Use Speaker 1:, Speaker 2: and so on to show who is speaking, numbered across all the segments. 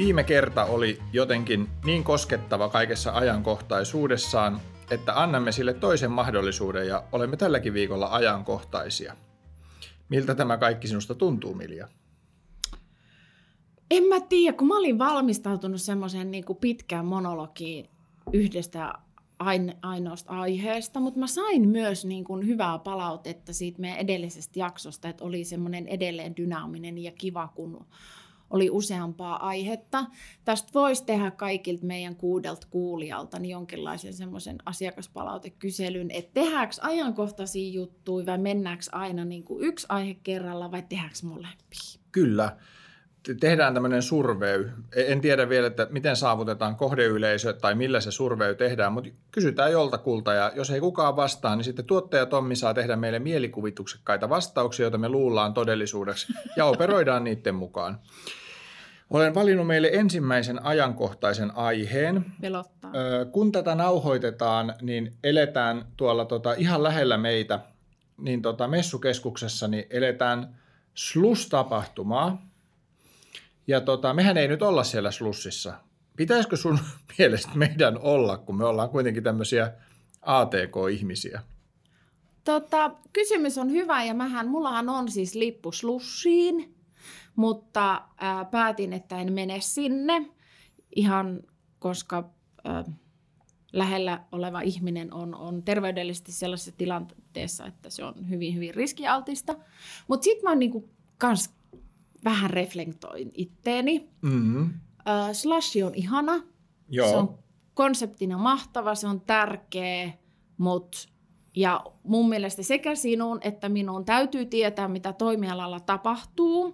Speaker 1: Viime kerta oli jotenkin niin koskettava kaikessa ajankohtaisuudessaan, että annamme sille toisen mahdollisuuden ja olemme tälläkin viikolla ajankohtaisia. Miltä tämä kaikki sinusta tuntuu, Milja?
Speaker 2: En mä tiedä, kun mä olin valmistautunut semmoiseen niin kuin pitkään monologiin yhdestä ainoasta aiheesta, mutta mä sain myös niin kuin hyvää palautetta siitä meidän edellisestä jaksosta, että oli semmoinen edelleen dynaaminen ja kiva, kun oli useampaa aihetta. Tästä voisi tehdä kaikilta meidän 6 kuulijalta niin jonkinlaisen semmoisen asiakaspalautekyselyn, että tehdäänkö ajankohtaisia juttuja vai mennäänkö aina niin kuin yksi aihe kerralla vai tehdäänkö molempia?
Speaker 1: Kyllä. Tehdään tämmöinen survey. En tiedä vielä, että miten saavutetaan kohdeyleisö tai millä se survey tehdään, mutta kysytään joltakulta ja jos ei kukaan vastaa, niin sitten tuottaja Tommi saa tehdä meille mielikuvituksekkaita vastauksia, joita me luullaan todellisuudeksi ja operoidaan niiden mukaan. Olen valinnut meille ensimmäisen ajankohtaisen aiheen.
Speaker 2: Pelottaa.
Speaker 1: Kun tätä nauhoitetaan, niin eletään tuolla ihan lähellä meitä, niin messukeskuksessa niin eletään Slush-tapahtumaa. Ja mehän ei nyt olla siellä Slussissa. Pitäisikö sun mielestä meidän olla, kun me ollaan kuitenkin tämmöisiä ATK-ihmisiä?
Speaker 2: Kysymys on hyvä ja mullahan on siis lippu Slussiin, mutta päätin, että en mene sinne ihan koska lähellä oleva ihminen on terveydellisesti sellaisessa tilanteessa, että se on hyvin, hyvin riskialtista. Mutta sitten mä niinku kans vähän reflektoin itteeni. Mm-hmm. Slushi on ihana. Joo. Se on konseptina mahtava, se on tärkeä, ja mun mielestä sekä sinun että minun täytyy tietää, mitä toimialalla tapahtuu.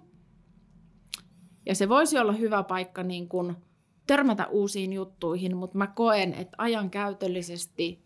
Speaker 2: Ja se voisi olla hyvä paikka niin kun törmätä uusiin juttuihin, mutta mä koen, että ajankäytöllisesti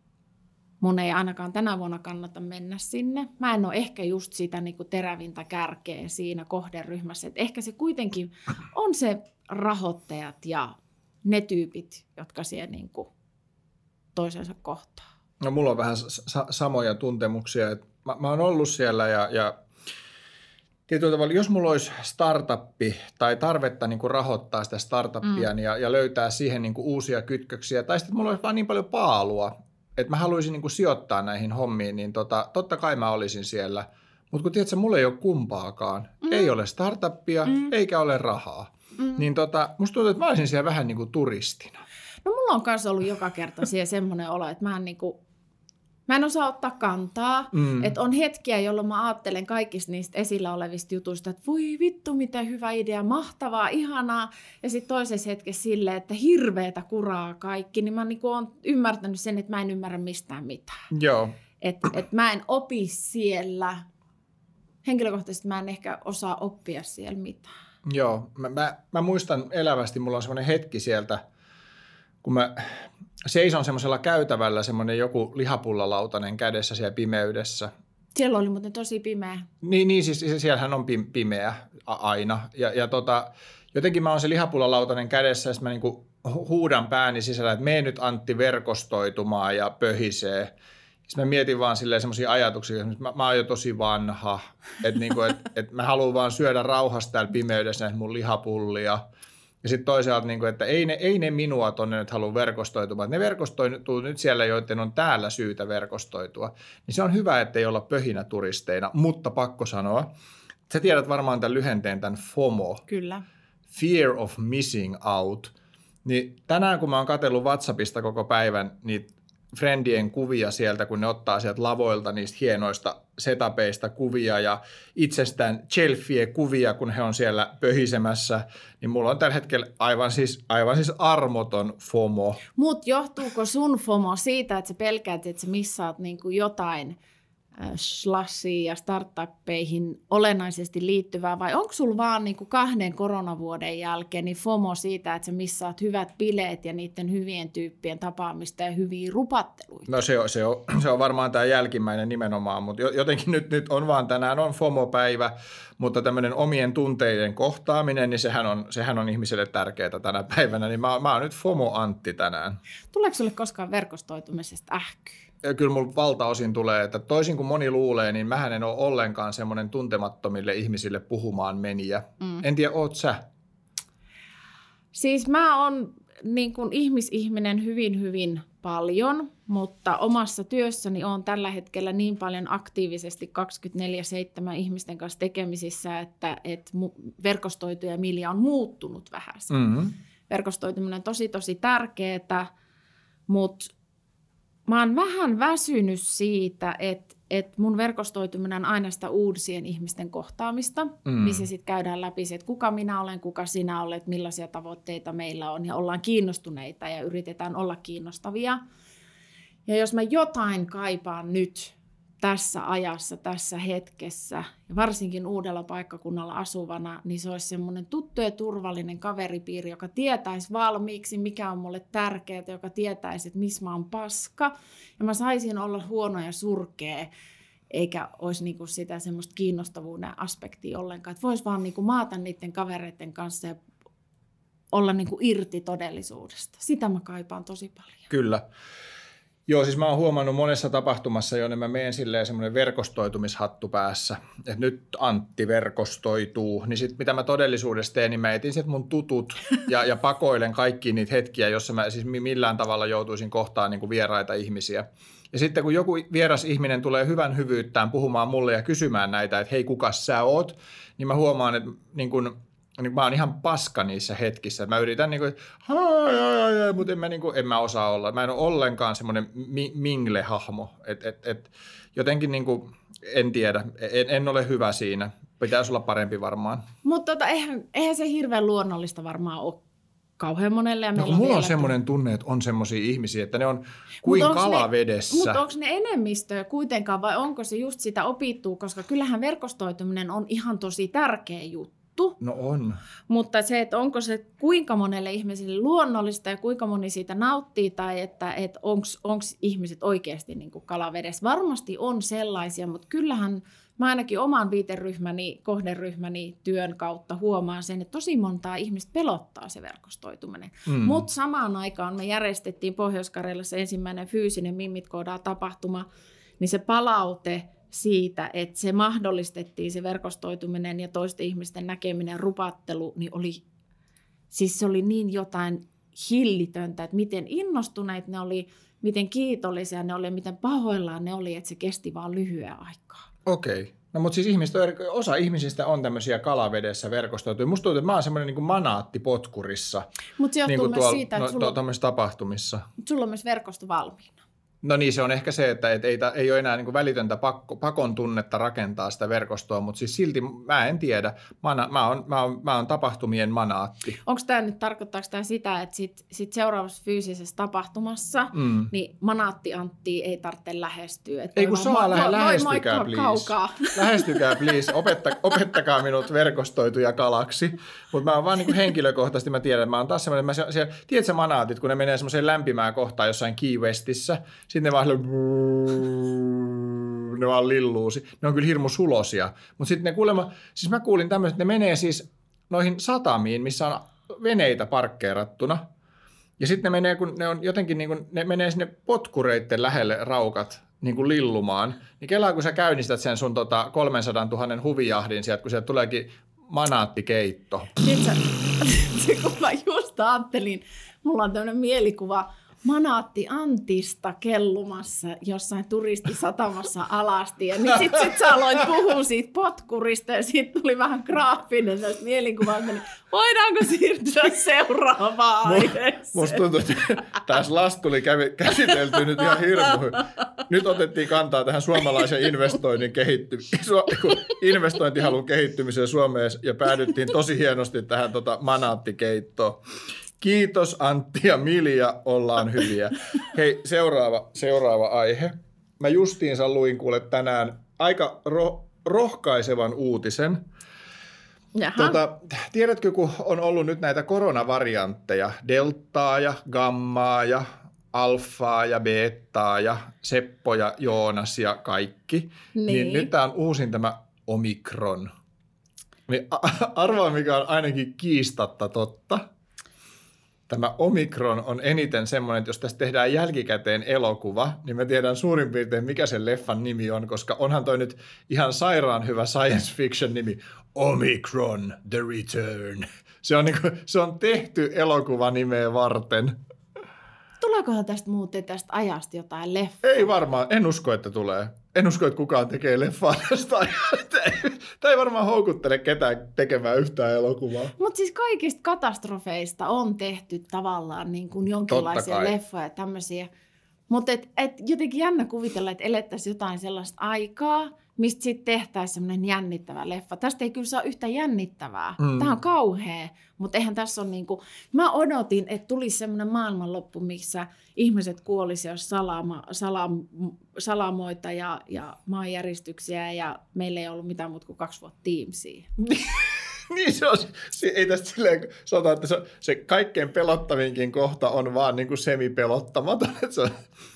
Speaker 2: mun ei ainakaan tänä vuonna kannata mennä sinne. Mä en ole ehkä just sitä niin kuin terävintä kärkeä siinä kohderyhmässä. Et ehkä se kuitenkin on se rahoittajat ja ne tyypit, jotka siellä niin kuin toisensa kohtaa.
Speaker 1: No mulla on vähän samoja tuntemuksia. Mä oon ollut siellä ja tietyllä tavalla, jos mulla olisi startuppi tai tarvetta niin kuin rahoittaa sitä startuppia ja löytää siihen niin kuin uusia kytköksiä, tai sitten mulla olisi vaan niin paljon paalua, että mä haluaisin niin kuin sijoittaa näihin hommiin, niin totta kai mä olisin siellä. Mutta kun tiedätkö, mulla ei ole kumpaakaan. Ei ole startuppia, eikä ole rahaa. Niin musta tuntuu, että mä olisin siellä vähän niin kuin turistina.
Speaker 2: No mulla on myös ollut joka kerta siellä semmoinen olo, että mä en osaa ottaa kantaa. Että on hetkiä, jolloin mä ajattelen kaikista niistä esillä olevista jutuista, että voi vittu, mitä hyvä idea, mahtavaa, ihanaa. Ja sitten toisessa hetkessä silleen, että hirveätä kuraa kaikki. Niin mä oon ymmärtänyt sen, että mä en ymmärrä mistään mitään.
Speaker 1: Joo.
Speaker 2: Että mä en opi siellä. Henkilökohtaisesti mä en ehkä osaa oppia siellä mitään.
Speaker 1: Joo. Mä muistan elävästi, mulla on semmoinen hetki sieltä, kun mä seison semmoisella käytävällä semmoinen joku lihapullalautasella kädessä siellä pimeydessä.
Speaker 2: Siellä oli muuten tosi pimeä.
Speaker 1: Niin siis siellähän on pimeä aina. Ja jotenkin mä oon se lihapullalautasella kädessä ja sitten mä niinku huudan pääni sisällä, että mene nyt Antti verkostoitumaan ja pöhisee. Sitten mä mietin vaan silleen semmoisia ajatuksia, että mä oon jo tosi vanha, että niinku, et mä haluan vaan syödä rauhassa täällä pimeydessä näitä mun lihapullia. Ja sitten toisaalta, että ei ne minua tuonne nyt halua verkostoitumaan. Ne verkostoituu nyt siellä, joiden on täällä syytä verkostoitua. Niin se on hyvä, ettei olla pöhinäturisteina, mutta pakko sanoa. Sä tiedät varmaan tämän lyhenteen, tämän FOMO.
Speaker 2: Kyllä.
Speaker 1: Fear of missing out. Niin tänään, kun mä oon katsellut WhatsAppista koko päivän niitä friendien kuvia sieltä, kun ne ottaa sieltä lavoilta niistä hienoista setupeista kuvia ja itsestään selfie kuvia, kun he on siellä pöhisemässä, niin mulla on tällä hetkellä aivan siis armoton FOMO.
Speaker 2: Mut johtuuko sun FOMO siitä, että sä pelkäät, että sä missaat niinku jotain Slushiin ja startuppeihin olennaisesti liittyvää, vai onko sulla vaan niinku 2 koronavuoden jälkeen niin FOMO siitä, että sä missaat hyvät bileet ja niiden hyvien tyyppien tapaamista ja hyviä rupatteluita?
Speaker 1: No se on varmaan tämä jälkimmäinen nimenomaan, mutta jotenkin nyt on vaan tänään on FOMO-päivä, mutta tämmöinen omien tunteiden kohtaaminen, niin sehän on ihmiselle tärkeää tänä päivänä, niin mä oon nyt FOMO-Antti tänään.
Speaker 2: Tuleeko sulle koskaan verkostoitumisesta ähkyä?
Speaker 1: Kyllä mulla valtaosin tulee, että toisin kuin moni luulee, niin mähän en ole ollenkaan semmoinen tuntemattomille ihmisille puhumaan menijä. En tiedä, oot sä?
Speaker 2: Siis mä oon niin kuin ihmisihminen hyvin, hyvin paljon, mutta omassa työssäni on tällä hetkellä niin paljon aktiivisesti 24/7 ihmisten kanssa tekemisissä, että verkostoituja Milja on muuttunut vähän. Mm-hmm. Verkostoituminen on tosi tärkeää, mutta mä oon vähän väsynyt siitä, että mun verkostoituminen on aina sitä uusien ihmisten kohtaamista, missä sitten käydään läpi se, että kuka minä olen, kuka sinä olet, millaisia tavoitteita meillä on ja ollaan kiinnostuneita ja yritetään olla kiinnostavia. Ja jos mä jotain kaipaan nyt tässä ajassa, tässä hetkessä ja varsinkin uudella paikkakunnalla asuvana, niin se olisi semmoinen tuttu ja turvallinen kaveripiiri, joka tietäisi valmiiksi, mikä on mulle tärkeää, joka tietäisi, että missä mä oon paska. Ja mä saisin olla huono ja surkea, eikä olisi niinku sitä semmoista kiinnostavuuden aspektia ollenkaan. Että voisi vaan niinku maata niiden kavereiden kanssa ja olla niinku irti todellisuudesta. Sitä mä kaipaan tosi paljon.
Speaker 1: Kyllä. Joo, siis mä oon huomannut monessa tapahtumassa, jonne mä menen silleen semmoinen verkostoitumishattu päässä, että nyt Antti verkostoituu, niin sit mitä mä todellisuudessa teen, niin mä etin sieltä mun tutut ja pakoilen kaikki niitä hetkiä, jossa mä siis millään tavalla joutuisin kohtaan niin kuin vieraita ihmisiä. Ja sitten kun joku vieras ihminen tulee hyvän hyvyyttään puhumaan mulle ja kysymään näitä, että hei, kukas sä oot, niin mä huomaan, että niin kun mä oon ihan paska niissä hetkissä. Mä yritän, mutta en mä osaa olla. Mä en ole ollenkaan semmoinen mingle-hahmo. Jotenkin en tiedä, en ole hyvä siinä. Pitäisi olla parempi varmaan.
Speaker 2: Mutta eihän se hirveän luonnollista varmaan ole kauhean monelle. Ja
Speaker 1: mulla on semmoinen tunne, että on semmoisia ihmisiä, että ne on kuin kalavedessä.
Speaker 2: Mutta onko ne enemmistöä kuitenkaan vai onko se just sitä opittua? Koska kyllähän verkostoituminen on ihan tosi tärkeä juttu.
Speaker 1: No on.
Speaker 2: Mutta se, että onko se kuinka monelle ihmiselle luonnollista ja kuinka moni siitä nauttii tai että onko ihmiset oikeasti niin kuin kalavedessä. Varmasti on sellaisia, mutta kyllähän mä ainakin oman viiteryhmäni, kohderyhmäni työn kautta huomaan sen, että tosi montaa ihmistä pelottaa se verkostoituminen. Mutta samaan aikaan me järjestettiin Pohjois-Karjalassa ensimmäinen fyysinen Mimmit Koodaa -tapahtuma, niin se palaute siitä, että se mahdollistettiin se verkostoituminen ja toisten ihmisten näkeminen, rupattelu, niin se oli niin jotain hillitöntä, että miten innostuneet ne oli, miten kiitollisia ne oli, miten pahoillaan ne oli, että se kesti vaan lyhyen aikaa.
Speaker 1: Okei. No mutta siis osa ihmisistä on tämmöisiä kalavedessä verkostoituja. Musta tuntuu, että mä oon semmoinen niin kuin manaatti potkurissa.
Speaker 2: Mutta se johtuu myös siitä, että
Speaker 1: tapahtumissa.
Speaker 2: Sulla on myös verkosto valmiina.
Speaker 1: No niin, se on ehkä se, että ei ole enää niin kuin välitöntä pakon tunnetta rakentaa sitä verkostoa, mutta siis silti mä en tiedä. Mä oon tapahtumien manaatti.
Speaker 2: Onko tämä nyt, tarkoittaako tämä sitä, että sit seuraavassa fyysisessä tapahtumassa niin manaatti Antti ei tarvitse lähestyä?
Speaker 1: Ei kun saa lähestykää, please. Lähestykää, please. Opettakaa minut verkostoituja kalaksi. Mutta mä oon vaan niin kuin henkilökohtaisesti, mä tiedän, että mä oon taas semmoinen, tiedätkö manaatit, kun ne menee semmoiseen lämpimään kohtaan jossain Key Westissä, sitten ne vaan lilluu. Ne on kyllä hirmu sulosia. Mutta sitten ne kuulemma, siis mä kuulin tämmöiset, että ne menee siis noihin satamiin, missä on veneitä parkkeerattuna. Ja sitten ne menee, kun ne on jotenkin niin kuin, ne menee sinne potkureitten lähelle raukat niin kuin lillumaan. Niin kelaa, kun sä käynnistät sen sun 300 000 huvijahdin sieltä, kun sieltä tuleekin manaattikeitto.
Speaker 2: Kun mä just ajattelin, mulla on tämmöinen mielikuva manaatti Antista kellumassa jossain turistisatamassa alasti. Ja niin sit sä aloit puhua siitä potkurista ja siitä tuli vähän graafinen tästä mielikuvasta. Niin voidaanko siirtyä seuraavaan aiheeseen?
Speaker 1: Musta tuntuu, että tässä lasta tuli käsitelty nyt ihan hirmu. Nyt otettiin kantaa tähän suomalaisen investointihalun kehittymiseen Suomeen ja päädyttiin tosi hienosti tähän manaattikeittoon. Kiitos Antti ja Milja, ollaan hyviä. Hei, seuraava aihe. Mä justiinsa luin kuule tänään aika rohkaisevan uutisen. Tiedätkö, kun on ollut nyt näitä koronavariantteja, deltaa ja gammaa ja alfaa ja beettaa ja Seppo ja Joonas ja kaikki, niin nyt tää on uusin tämä omikron. Niin arvaa, mikä on ainakin kiistatta totta. Tämä omikron on eniten semmoinen, että jos tästä tehdään jälkikäteen elokuva, niin me tiedän suurin piirtein, mikä sen leffan nimi on, koska onhan toi nyt ihan sairaan hyvä science fiction nimi. Omicron, The Return. Se on tehty elokuvanimeä varten.
Speaker 2: Tuleekohan tästä muuten tästä ajasta jotain leffaa?
Speaker 1: Ei varmaan, en usko, että tulee. En usko, että kukaan tekee leffaa tästä ajasta. Tämä ei varmaan houkuttele ketään tekemään yhtään elokuvaa.
Speaker 2: Mutta siis kaikista katastrofeista on tehty tavallaan niin kuin jonkinlaisia leffoja ja tämmöisiä. Mutta jotenkin jännä kuvitella, että elettäisiin jotain sellaista aikaa, mistä sitten tehtäisiin semmoinen jännittävä leffa. Tästä ei kyllä saa yhtä jännittävää. Tämä on kauhea, mutta eihän tässä ole niinku... Mä odotin, että tulisi semmoinen maailmanloppu, missä ihmiset kuolisi, jos salamoita ja maanjäristyksiä ja meillä ei ollut mitään muuta kuin 2 vuotta Teamsia.
Speaker 1: Niin se on, ei tästä silleen sanotaan, että se kaikkein pelottavinkin kohta on vaan niin kuin semipelottamaton, että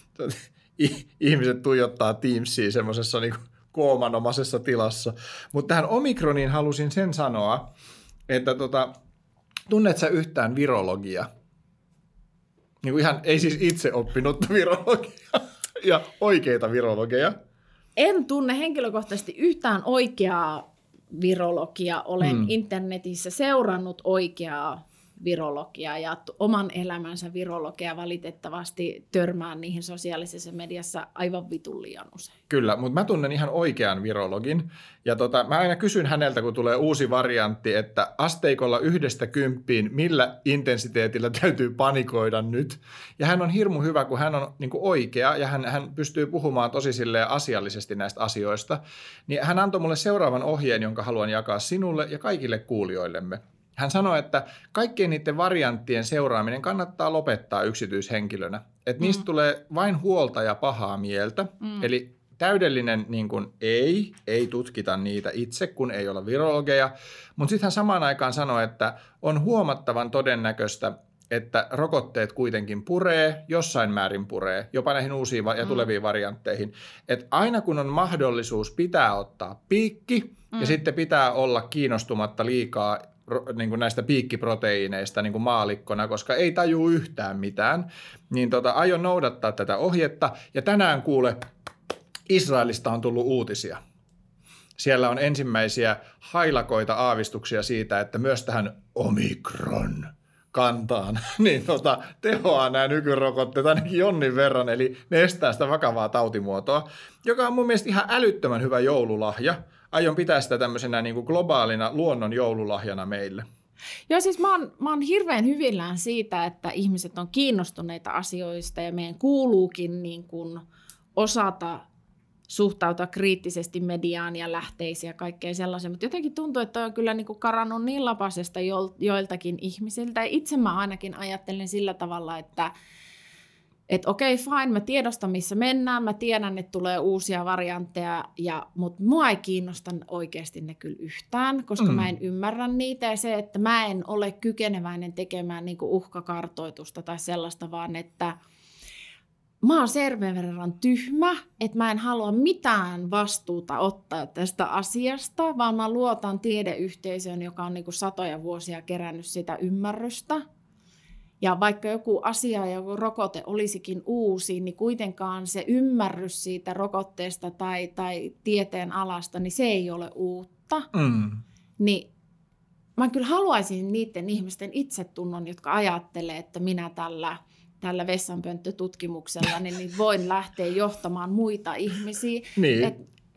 Speaker 1: ihmiset tuijottaa Teamsia semmoisessa niin kuin koomanomaisessa tilassa. Mutta tähän Omikroniin halusin sen sanoa, että tunnet sä yhtään virologia? Niin kuin ihan, ei siis itse oppinut virologia ja oikeita virologeja.
Speaker 2: En tunne henkilökohtaisesti yhtään oikeaa virologia. Olen internetissä seurannut oikeaa virologiaa ja oman elämänsä virologia valitettavasti törmään niihin sosiaalisessa mediassa aivan vitun liian usein.
Speaker 1: Kyllä, mutta mä tunnen ihan oikean virologin ja mä aina kysyn häneltä, kun tulee uusi variantti, että asteikolla 1–10, millä intensiteetillä täytyy panikoida nyt. Ja hän on hirmu hyvä, kun hän on niin kuin oikea ja hän pystyy puhumaan tosi silleen asiallisesti näistä asioista. Niin hän antoi mulle seuraavan ohjeen, jonka haluan jakaa sinulle ja kaikille kuulijoillemme. Hän sanoi, että kaikkien niiden varianttien seuraaminen kannattaa lopettaa yksityishenkilönä. Että niistä tulee vain huolta ja pahaa mieltä. Eli täydellinen niin kuin ei tutkita niitä itse, kun ei ole virologeja. Mutta sitten hän samaan aikaan sanoi, että on huomattavan todennäköistä, että rokotteet kuitenkin puree, jossain määrin puree, jopa näihin uusiin ja tuleviin variantteihin. Että aina kun on mahdollisuus, pitää ottaa piikki ja sitten pitää olla kiinnostumatta liikaa niin kuin näistä piikkiproteiineista niin kuin maalikkona, koska ei tajuu yhtään mitään, niin aion noudattaa tätä ohjetta. Ja tänään kuule, Israelista on tullut uutisia. Siellä on ensimmäisiä hailakoita aavistuksia siitä, että myös tähän Omikron kantaan, niin tehoaa nämä nykyrokotteet ainakin jonnin verran, eli ne estää sitä vakavaa tautimuotoa, joka on mun mielestä ihan älyttömän hyvä joululahja. Aion pitää sitä tämmöisenä niin kuin globaalina luonnon joululahjana meille.
Speaker 2: Joo, siis mä oon hirveän hyvillään siitä, että ihmiset on kiinnostuneita asioista ja meidän kuuluukin niin kuin osata suhtautua kriittisesti mediaan ja lähteisiin ja kaikkeen sellaiseen, mutta jotenkin tuntuu, että on kyllä niin kuin karannut niin lapasesta joiltakin ihmisiltä. Ja itse mä ainakin ajattelen sillä tavalla, että okei, fine, mä tiedostan, missä mennään, mä tiedän, että tulee uusia variantteja, mutta mua ei kiinnosta oikeasti ne kyllä yhtään, koska mä en ymmärrä niitä, ja se, että mä en ole kykeneväinen tekemään niinku uhkakartoitusta tai sellaista, vaan että mä oon sen verran tyhmä, että mä en halua mitään vastuuta ottaa tästä asiasta, vaan mä luotan tiedeyhteisöön, joka on niinku satoja vuosia kerännyt sitä ymmärrystä. Ja vaikka joku asia ja joku rokote olisikin uusi, niin kuitenkaan se ymmärrys siitä rokotteesta tai tieteen alasta, niin se ei ole uutta. Niin mä kyllä haluaisin niiden ihmisten itsetunnon, jotka ajattelee, että minä tällä vessanpönttötutkimuksella niin voin lähteä johtamaan muita ihmisiä.
Speaker 1: Niin.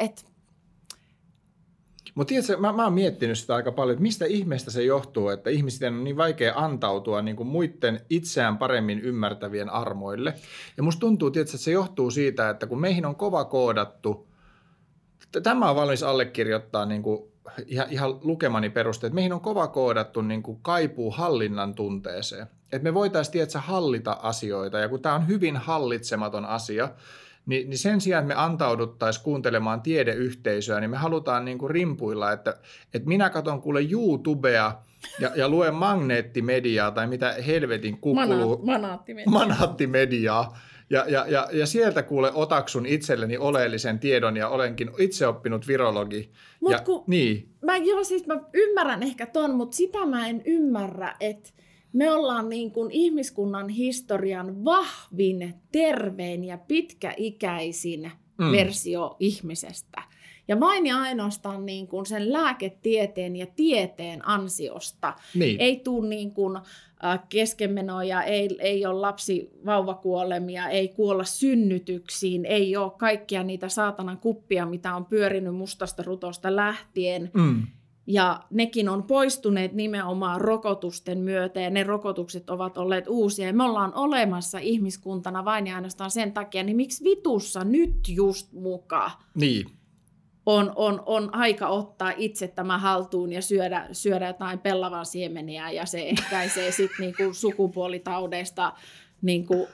Speaker 1: Mutta tiedätkö, mä oon miettinyt sitä aika paljon, että mistä ihmeestä se johtuu, että ihmisten on niin vaikea antautua niin kuin muiden itseään paremmin ymmärtävien armoille. Ja musta tuntuu, tiedätkö, että se johtuu siitä, että kun meihin on kova koodattu, tämä on valmis allekirjoittaa niin kuin ihan lukemani perusteet, että meihin on kova koodattu niin kuin kaipuu hallinnan tunteeseen. Että me voitaisiin, tiedätkö, hallita asioita, ja kun tämä on hyvin hallitsematon asia, niin sen sijaan, että me antauduttaisiin kuuntelemaan tiedeyhteisöä, niin me halutaan niin kuin rimpuilla, että minä katson kuule YouTubea ja luen magneettimediaa tai mitä helvetin kukkulu. Manaattimediaa. Ja sieltä kuule otaksun itselleni oleellisen tiedon ja olenkin itse oppinut virologi.
Speaker 2: Niin. Mä ymmärrän ehkä ton, mutta sitä mä en ymmärrä, että me ollaan niin kuin ihmiskunnan historian vahvin, tervein ja pitkäikäisin versio ihmisestä. Ja vain ja ainoastaan niin kuin sen lääketieteen ja tieteen ansiosta
Speaker 1: Niin.
Speaker 2: ei tule niin kuin keskenmenoja, ei ole lapsi-vauvakuolemia, ei kuolla synnytyksiin, ei ole kaikkia niitä saatanan kuppia, mitä on pyörinyt mustasta rutosta lähtien. Ja nekin on poistuneet nimenomaan rokotusten myötä, ja ne rokotukset ovat olleet uusia. Ja me ollaan olemassa ihmiskuntana vain ja ainoastaan sen takia, niin miksi vitussa nyt just mukaan
Speaker 1: Niin.
Speaker 2: on aika ottaa itse tämä haltuun ja syödä jotain pellavan siemeniä, ja se ehkäisee sitten niinku sukupuolitaudeista niinku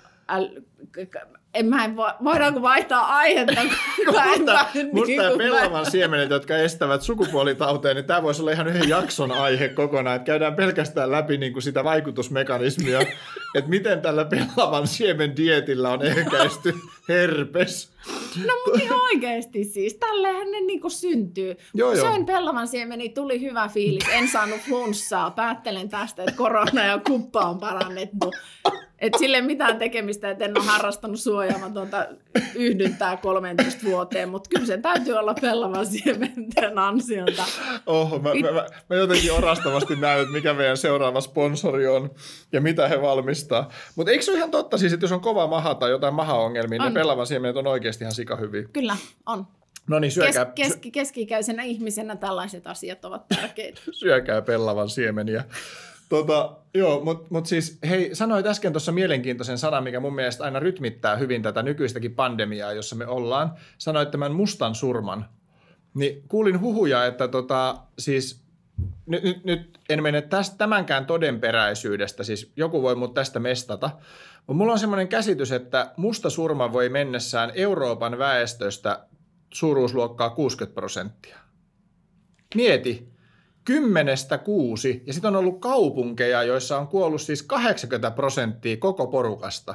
Speaker 2: voidaanko vaihtaa aihetta?
Speaker 1: Musta tämä pellavan siemenet, jotka estävät sukupuolitauteen, niin tämä voisi olla ihan yhden jakson aihe kokonaan, että käydään pelkästään läpi niin kuin sitä vaikutusmekanismia, että miten tällä pellavan siemen dietillä on ehkäisty herpes.
Speaker 2: No mutta ihan oikeasti siis, tällehän ne niinku syntyy.
Speaker 1: Joo.
Speaker 2: Söin pellavan siemeni, tuli hyvä fiilis, en saanut flunssaa, päättelen tästä, että korona ja kuppa on parannettu. Että sille ei mitään tekemistä, että en ole harrastanut suojaamatonta yhdyntää 13 vuoteen, mutta kyllä se täytyy olla pellavan siementen ansiota.
Speaker 1: Mä jotenkin orastavasti näen, että mikä meidän seuraava sponsori on ja mitä he valmistaa. Mutta eikö se ole ihan totta siis, että jos on kova maha tai jotain mahaongelmia, niin pellavan siemenet on oikeasti ihan sikahyviä?
Speaker 2: Kyllä, on.
Speaker 1: No niin, syökää.
Speaker 2: Keski-ikäisenä ihmisenä tällaiset asiat ovat tärkeitä.
Speaker 1: Syökää pellavan siemeniä. Joo, mutta siis hei, sanoit äsken tuossa mielenkiintoisen sanan, mikä mun mielestä aina rytmittää hyvin tätä nykyistäkin pandemiaa, jossa me ollaan. Sanoit tämän mustan surman. Niin kuulin huhuja, että siis nyt en mene tämänkään todenperäisyydestä, siis joku voi mut tästä mestata, mutta mulla on semmoinen käsitys, että musta surma voi mennessään Euroopan väestöstä suuruusluokkaa 60%. Mieti. 10-6, ja sitten on ollut kaupunkeja, joissa on kuollut siis 80% koko porukasta.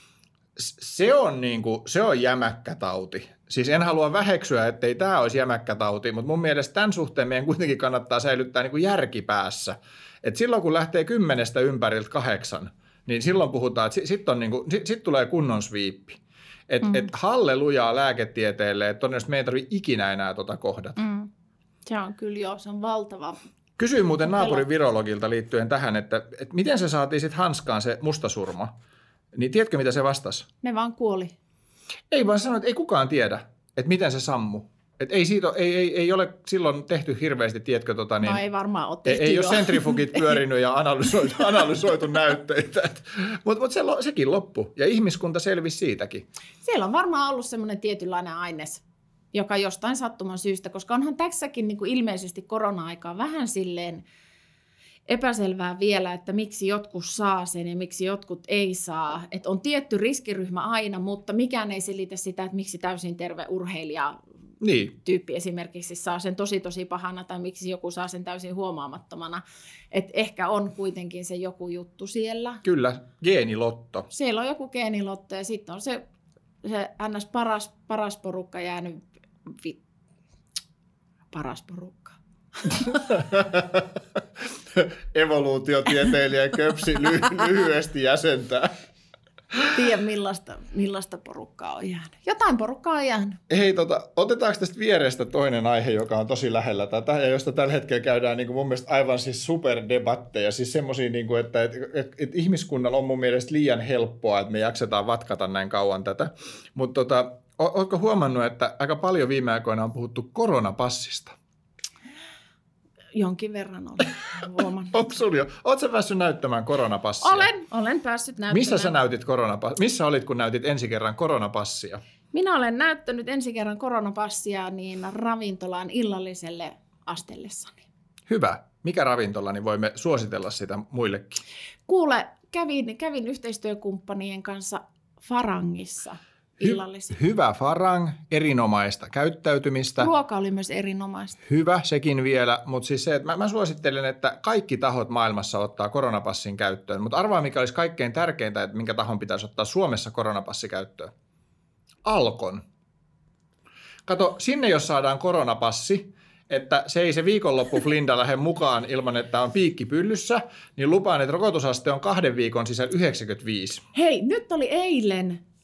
Speaker 1: Se on jämäkkä tauti. Siis en halua väheksyä, ettei tämä olisi jämäkkä tauti, mutta mun mielestä tämän suhteen meidän kuitenkin kannattaa säilyttää niin kuin järki päässä. Et silloin kun lähtee 10 ympäriltä 8, niin silloin puhutaan, että sitten tulee kunnon sviippi. Et hallelujaa lääketieteelle, että todennäköisesti me ei tarvitse ikinä enää kohdata.
Speaker 2: Se on kyllä joo, se on valtava.
Speaker 1: Kysyin muuten naapurin virologilta liittyen tähän, että miten se saatiin sitten hanskaan se mustasurma. Niin tiedätkö, mitä se vastasi?
Speaker 2: Ne vaan kuoli.
Speaker 1: Ei vaan sanoa, että ei kukaan tiedä, että miten se sammu. Että ei ole silloin tehty hirveästi, tiedätkö?
Speaker 2: No ei varmaan ole tehty.
Speaker 1: Ei ole sentrifugit pyörinyt ja analysoitu näytteitä. Mutta sekin loppu. Ja ihmiskunta selvisi siitäkin.
Speaker 2: Siellä on varmaan ollut semmoinen tietynlainen aines, joka jostain sattuman syystä, koska onhan tässäkin niin kuin ilmeisesti korona-aikaa vähän silleen epäselvää vielä, että miksi jotkut saa sen ja miksi jotkut ei saa. Että on tietty riskiryhmä aina, mutta mikään ei selitä sitä, että miksi täysin terve urheilija tyyppi esimerkiksi saa sen tosi pahana tai miksi joku saa sen täysin huomaamattomana. Että ehkä on kuitenkin se joku juttu siellä.
Speaker 1: Kyllä, geenilotto.
Speaker 2: Siellä on joku geenilotto ja sitten on se ns. paras porukka jäänyt paras porukka.
Speaker 1: Evoluutiotieteilijä Köpsi lyhyesti jäsentää.
Speaker 2: Tiedä millaista porukkaa on jäänyt. Jotain porukkaa on jäänyt.
Speaker 1: Hei, otetaanko tästä vierestä toinen aihe, joka on tosi lähellä tätä, ja josta tällä hetkellä käydään niin kuin mun mielestä aivan siis superdebatteja. Siis semmoisia, niin kuin, että ihmiskunnalla on mun mielestä liian helppoa, että me jaksetaan vatkata näin kauan tätä. Mutta ootko huomannut, että aika paljon viime aikoina on puhuttu koronapassista?
Speaker 2: Jonkin verran olen huomannut.
Speaker 1: Oletko sä päässyt näyttämään koronapassia?
Speaker 2: Olen päässyt näyttämään.
Speaker 1: Missä sä näytit Missä olit, kun näytit ensi kerran koronapassia?
Speaker 2: Minä olen näyttänyt ensi kerran koronapassia niin ravintolaan illalliselle astellessani.
Speaker 1: Hyvä. Mikä ravintola, niin voimme suositella sitä muillekin.
Speaker 2: Kuule, kävin yhteistyökumppanien kanssa Farangissa.
Speaker 1: Hyvä Farang, erinomaista käyttäytymistä.
Speaker 2: Ruoka oli myös erinomaista.
Speaker 1: Hyvä, sekin vielä, mutta siis se, että mä suosittelen, että kaikki tahot maailmassa ottaa koronapassin käyttöön, mutta arvaa mikä olisi kaikkein tärkeintä, että minkä tahon pitäisi ottaa Suomessa koronapassi käyttöön. Alkon. Kato, sinne jos saadaan koronapassi, että se ei se viikonloppu Flinda lähde mukaan ilman, että on piikki pyllyssä, niin lupaan, että rokotusaste on 2 viikon sisällä 95.
Speaker 2: Hei, nyt oli eilen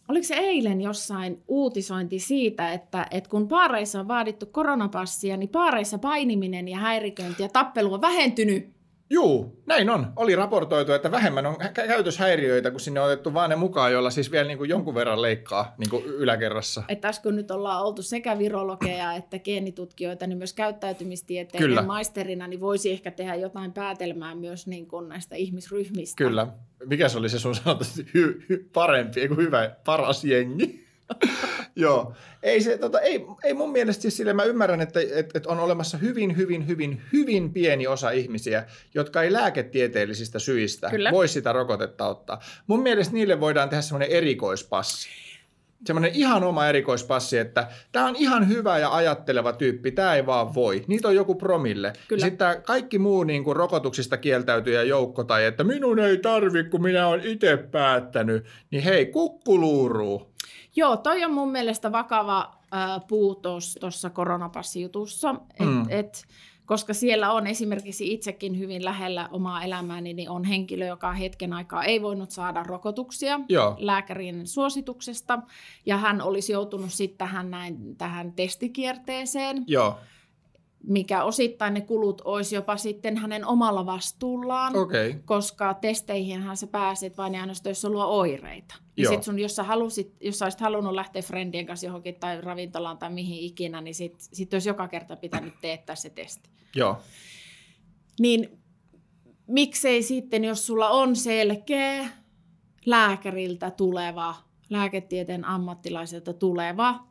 Speaker 2: oliko se eilen jossain uutisointi siitä, että kun baareissa on vaadittu koronapassia, niin baareissa painiminen ja häiriköinti ja tappelu on vähentynyt.
Speaker 1: Juu, näin on. Oli raportoitu, että vähemmän on käytöshäiriöitä, kun sinne on otettu vaan ne mukaan, joilla siis vielä niin kuin jonkun verran leikkaa niin kuin yläkerrassa.
Speaker 2: Että tässä kun nyt ollaan oltu sekä virologeja että geenitutkijoita, niin myös käyttäytymistieteiden maisterina, niin voisi ehkä tehdä jotain päätelmää myös niin kuin näistä ihmisryhmistä.
Speaker 1: Kyllä. Mikä se oli se sun sanota parempi, ei hyvä, paras jengi? Joo. Ei mun mielestä siis sille, mä ymmärrän, että on olemassa hyvin pieni osa ihmisiä, jotka ei lääketieteellisistä syistä voi sitä rokotetta ottaa. Mun mielestä niille voidaan tehdä semmoinen erikoispassi. Semmoinen ihan oma erikoispassi, että tämä on ihan hyvä ja ajatteleva tyyppi, tämä ei vaan voi. Niitä on joku promille. Sitten tämä kaikki muu niin kuin rokotuksista kieltäytyjä joukko tai että minun ei tarvitse, kun minä olen itse päättänyt, niin hei, kukkuluuruu.
Speaker 2: Joo, on mun mielestä vakava puutos tuossa koronapassijutussa, koska siellä on esimerkiksi itsekin hyvin lähellä omaa elämääni, niin on henkilö, joka hetken aikaa ei voinut saada rokotuksia lääkärin suosituksesta, ja hän olisi joutunut sitten tähän testikierteeseen.
Speaker 1: Joo.
Speaker 2: Mikä osittain ne kulut olisi jopa sitten hänen omalla vastuullaan, koska testeihinhän sä pääset vain ainoastaan, jos sulla on oireita. Ja sitten jos sä olisit halunnut lähteä friendien kanssa johonkin tai ravintolaan tai mihin ikinä, niin sit olisi joka kerta pitänyt teettää se testi.
Speaker 1: Joo.
Speaker 2: Niin miksei sitten, jos sulla on selkeä lääkäriltä tuleva, lääketieteen ammattilaiselta tuleva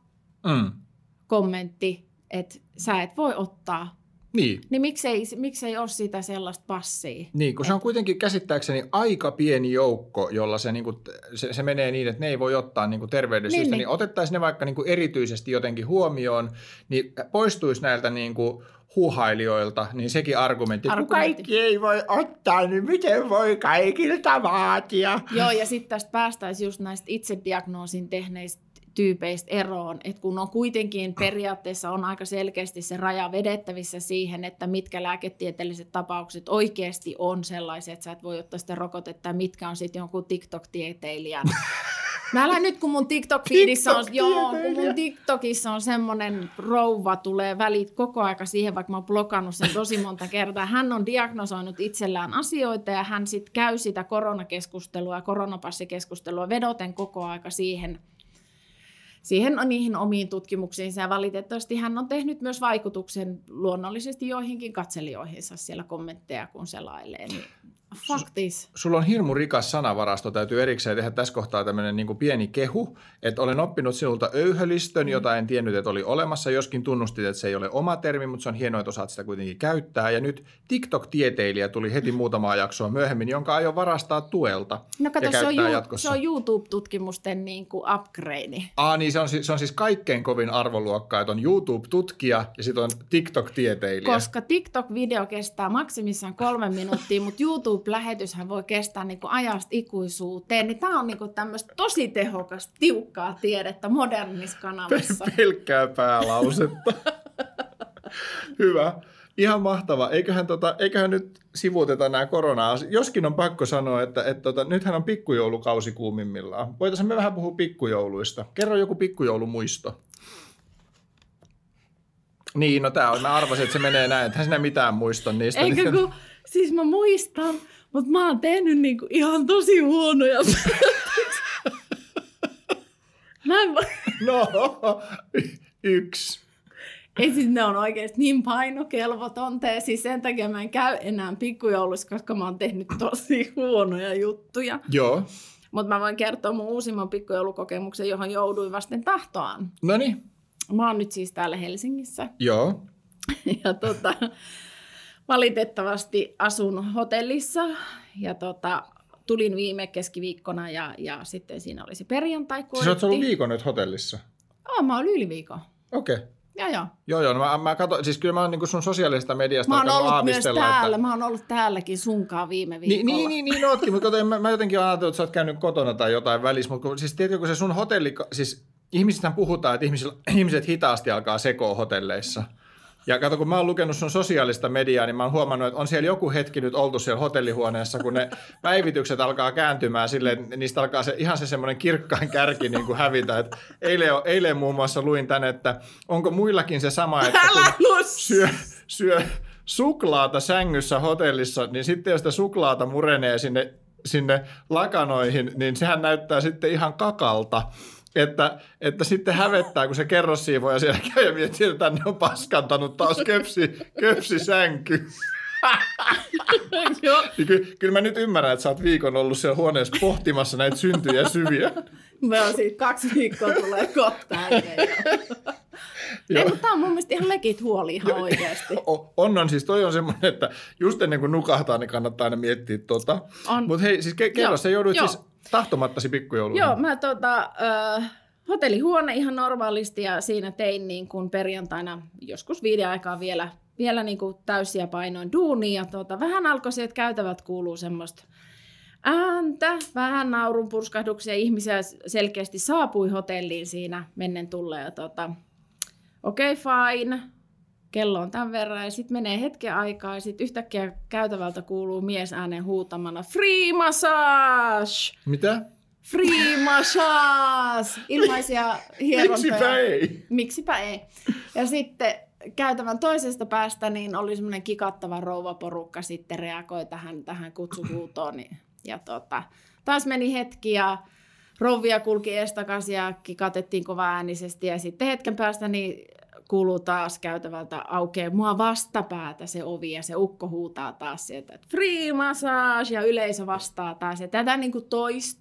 Speaker 2: kommentti, että sä et voi ottaa, niin miksei ole sitä sellaista passia?
Speaker 1: Niin, kun se on kuitenkin käsittääkseni aika pieni joukko, jolla se menee niin, että ne ei voi ottaa niin terveydellisyystä, niin otettaisiin ne vaikka niin erityisesti jotenkin huomioon, niin poistuisi näiltä niin huuhailijoilta, niin sekin argumentti, kun kaikki ei voi ottaa, niin miten voi kaikilta vaatia?
Speaker 2: Joo, ja sitten tästä päästäisiin just näistä itsediagnoosin tehneistä tyypeistä eroon, että kun on kuitenkin periaatteessa on aika selkeästi se raja vedettävissä siihen, että mitkä lääketieteelliset tapaukset oikeasti on sellaisia, että sä et voi ottaa sitä rokotetta ja mitkä on sitten jonkun TikTok-tieteilijän. Mä älä nyt, kun mun TikTokissa on semmoinen rouva, tulee välit koko aika siihen, vaikka mä oon blokannut sen tosi monta kertaa. Hän on diagnosoinut itsellään asioita ja hän sitten käy sitä koronakeskustelua ja koronapassikeskustelua vedoten koko aika siihen niihin omiin tutkimuksiinsa, ja valitettavasti hän on tehnyt myös vaikutuksen luonnollisesti joihinkin katselijoihinsa siellä kommentteja, kun selailee. Niin fuck this.
Speaker 1: Sulla on hirmu rikas sanavarasto, täytyy erikseen tehdä tässä kohtaa tämmöinen niin kuin pieni kehu, että olen oppinut sinulta öyhölistön, jota en tiennyt, että oli olemassa, joskin tunnustit, että se ei ole oma termi, mutta se on hienoa, että osaat sitä kuitenkin käyttää, ja nyt TikTok-tieteilijä tuli heti muutamaa jaksoa myöhemmin, jonka aion varastaa tuelta
Speaker 2: ja käyttää
Speaker 1: jatkossa.
Speaker 2: Se on YouTube-tutkimusten niin kuin upgrade.
Speaker 1: Niin se on siis kaikkein kovin arvoluokka, että on YouTube-tutkija ja sitten on TikTok-tieteilijä.
Speaker 2: Koska TikTok-video kestää maksimissaan 3 minuuttia, mutta YouTube-lähetyshän voi kestää niin kuin ajasta ikuisuuteen, niin tämä on niin kuin tämmöistä tosi tehokasta, tiukkaa tiedettä modernissa kanavassa.
Speaker 1: Pelkkää päälausetta. Hyvä. Ihan mahtava. Eiköhän nyt sivuuteta nämä korona-asiat. Joskin on pakko sanoa, että nythän on pikkujoulukausi kuumimmillaan. Voitaisiin me vähän puhua pikkujouluista. Kerro joku pikkujoulumuisto. Niin, no mä arvasin, että se menee näin, että sinä mitään muista niistä.
Speaker 2: Eikä kun, siis mä muistan, mutta mä oon tehnyt niinku ihan tosi huonoja
Speaker 1: No, 1.
Speaker 2: Ei siis ne on oikeasti niin painokelvotonta ja siis sen takia mä en käy enää pikkujoulussa, koska mä oon tehnyt tosi huonoja juttuja.
Speaker 1: Joo.
Speaker 2: Mutta mä voin kertoa mun uusimman pikkujoulukokemuksen, johon jouduin vasten tahtoaan.
Speaker 1: Noniin.
Speaker 2: Mä oon nyt siis täällä Helsingissä.
Speaker 1: Joo.
Speaker 2: Ja valitettavasti asun hotellissa ja tulin viime keskiviikkona ja sitten siinä oli se perjantai.
Speaker 1: Siis oot ollut viikon nyt hotellissa?
Speaker 2: Mä oon yli viikon.
Speaker 1: Okei.
Speaker 2: Joo.
Speaker 1: No mä katson, siis kyllä mä oon niin sun sosiaalisesta mediasta
Speaker 2: mä oon ollut myös täällä, mä oon ollut täälläkin sunkaan viime viikolla.
Speaker 1: Niin ootkin, mutta mä jotenkin ajattelin, että sä oot käynyt kotona tai jotain välissä, mutta siis tiedätkö, kun se sun hotelli, siis ihmisistään puhutaan, että ihmiset hitaasti alkaa sekoa hotelleissa. Ja kato, kun mä oon lukenut sun sosiaalista mediaa, niin mä oon huomannut, että on siellä joku hetki nyt oltu siellä hotellihuoneessa, kun ne päivitykset alkaa kääntymään silleen, että niistä alkaa ihan se semmoinen kirkkain kärki niin kuin hävitä. Et eilen muun muassa luin tänne, että onko muillakin se sama, että kun syö suklaata sängyssä hotellissa, niin sitten jos sitä suklaata murenee sinne lakanoihin, niin sehän näyttää sitten ihan kakalta. Että sitten hävettää, kun se kerrossiivoja siellä käy ja miettii, että tänne on paskantanut taas köpsisänky. Niin kyllä mä nyt ymmärrän, että sä oot viikon ollut siellä huoneessa pohtimassa näitä syntyjä syviä.
Speaker 2: Mä oon siitä 2 viikkoa tulee kohta. Ei, mutta tää on mun mielestä ihan legit huoli ihan oikeasti.
Speaker 1: On siis, toi on semmoinen, että just ennen kuin nukahtaa, niin kannattaa aina miettiä tota. Mutta hei, siis kerro, sä joudut siis tahtomattasi pikkujouluun.
Speaker 2: Joo, mä hotellihuone ihan normaalisti ja siinä tein niin kuin perjantaina joskus 5 aikaa vielä niin kuin täysiä painoin duunia. Ja vähän alkoi se, että käytävät kuuluu semmoista ääntä, vähän naurun purskahduksia. Ihmisiä selkeästi saapui hotelliin siinä mennen tulleen. Okei, fine. Kello on tämän verran ja sitten menee hetken aikaa ja sitten yhtäkkiä käytävältä kuuluu miesäänen huutamana free massage!
Speaker 1: Mitä?
Speaker 2: Free massage! Ilmaisia hierontoja.
Speaker 1: Miksipä ei?
Speaker 2: Miksipä ei. Ja sitten käytävän toisesta päästä niin oli semmoinen kikattava rouvaporukka sitten reagoi tähän kutsuhuutoon. Ja taas meni hetki ja rouvia kulki estakaisin ja kikatettiin kovaäänisesti ja sitten hetken päästä niin kuuluu taas käytävältä aukeaa mua vastapäätä se ovi ja se ukko huutaa taas sieltä, että free massage ja yleisö vastaa taas. Ja tätä niin kuin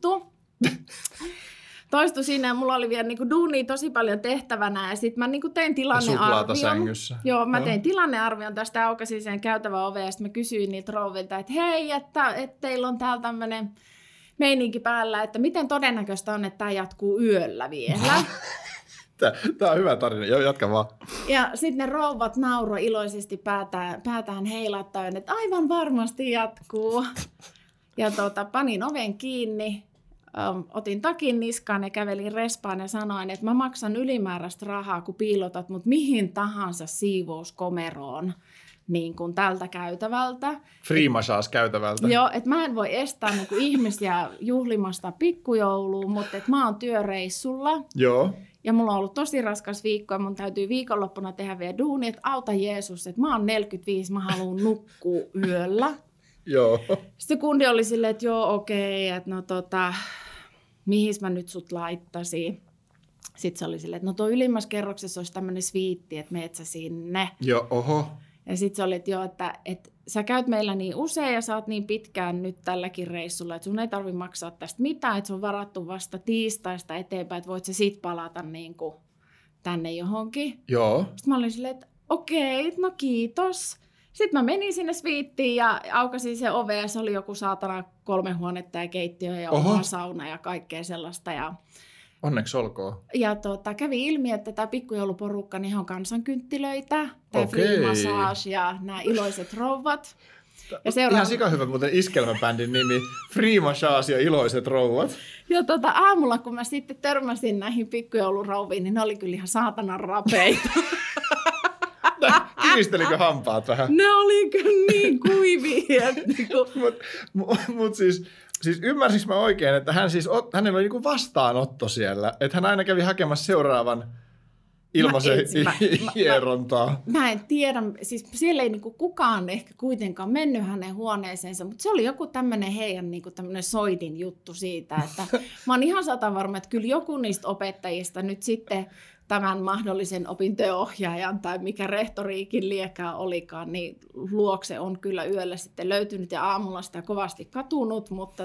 Speaker 2: toistui siinä ja mulla oli vielä niin kuin duunia tosi paljon tehtävänä ja sitten mä niin kuin tein tilannearvion.
Speaker 1: Sängyssä.
Speaker 2: Joo, mä tein tilannearvion tästä, aukasin sen käytävän oveen ja sitten mä kysyin niiltä rouvilta, että hei, että teillä on täällä tämmöinen meininki päällä, että miten todennäköistä on, että tämä jatkuu yöllä vielä.
Speaker 1: Tämä on hyvä tarina. Joo, jatka vaan.
Speaker 2: Ja sitten ne rouvat nauroi iloisesti päätään heilattaen, että aivan varmasti jatkuu. Ja panin oven kiinni, otin takin niskaan ja kävelin respaan ja sanoin, että mä maksan ylimääräistä rahaa, kun piilotat mut mihin tahansa siivouskomeroon. Niin kuin tältä käytävältä.
Speaker 1: Free massage käytävältä.
Speaker 2: Joo, että mä en voi estää niin kuin ihmisiä juhlimasta pikkujouluun, mutta että mä oon työreissulla.
Speaker 1: Joo.
Speaker 2: Ja mulla on ollut tosi raskas viikko ja mun täytyy viikonloppuna tehdä vielä duuni, että auta Jeesus, että mä oon 45, mä haluun nukkua yöllä.
Speaker 1: Joo.
Speaker 2: Sitten kundi oli silleen, että joo okei, että mihin mä nyt sut laittaisin. Sitten se oli silleen, että tuo ylimmässä kerroksessa olisi tämmöinen sviitti, että meet sä sinne.
Speaker 1: Joo, oho.
Speaker 2: Ja sitten se oli, että joo, että sä käyt meillä niin usein ja sä oot niin pitkään nyt tälläkin reissulla, että sun ei tarvitse maksaa tästä mitään, että se on varattu vasta tiistaista eteenpäin, että voit sä sit palata niin kuin tänne johonkin.
Speaker 1: Joo.
Speaker 2: Sitten mä olin silleen, että okei, no kiitos. Sitten mä menin sinne sviittiin ja aukasin se ove ja se oli joku saatana 3 huonetta ja keittiö ja oma sauna ja kaikkea sellaista. Ja
Speaker 1: onneksi olkoon.
Speaker 2: Ja kävi ilmi, että tämä pikkujouluporukka niin on kansankynttilöitä, tämä free massage ja nämä iloiset rouvat. Ja
Speaker 1: ihan sikahyvä muuten iskelmäbändin nimi, free massage ja iloiset rouvat.
Speaker 2: Ja aamulla, kun mä sitten törmäsin näihin pikkujoulurouviin, niin ne oli kyllä ihan saatanan rapeita.
Speaker 1: Kiristelikö hampaat vähän?
Speaker 2: Ne oli kyllä niin kuivia.
Speaker 1: Mutta siis ymmärsinkö mä oikein, että hänellä oli niinku vastaanotto siellä, että hän aina kävi hakemassa seuraavan ilmaisen hierontaa.
Speaker 2: Mä en tiedä, siis siellä ei niinku kukaan ehkä kuitenkaan mennyt hänen huoneeseensa, mutta se oli joku tämmöinen heidän niinku tämmöinen soidin juttu siitä, että mä oon ihan satavarma, että kyllä joku niistä opettajista nyt sitten tämän mahdollisen opinto-ohjaajan tai mikä rehtoriikin liekään olikaan, niin luokse on kyllä yöllä sitten löytynyt ja aamulla sitä kovasti katunut, mutta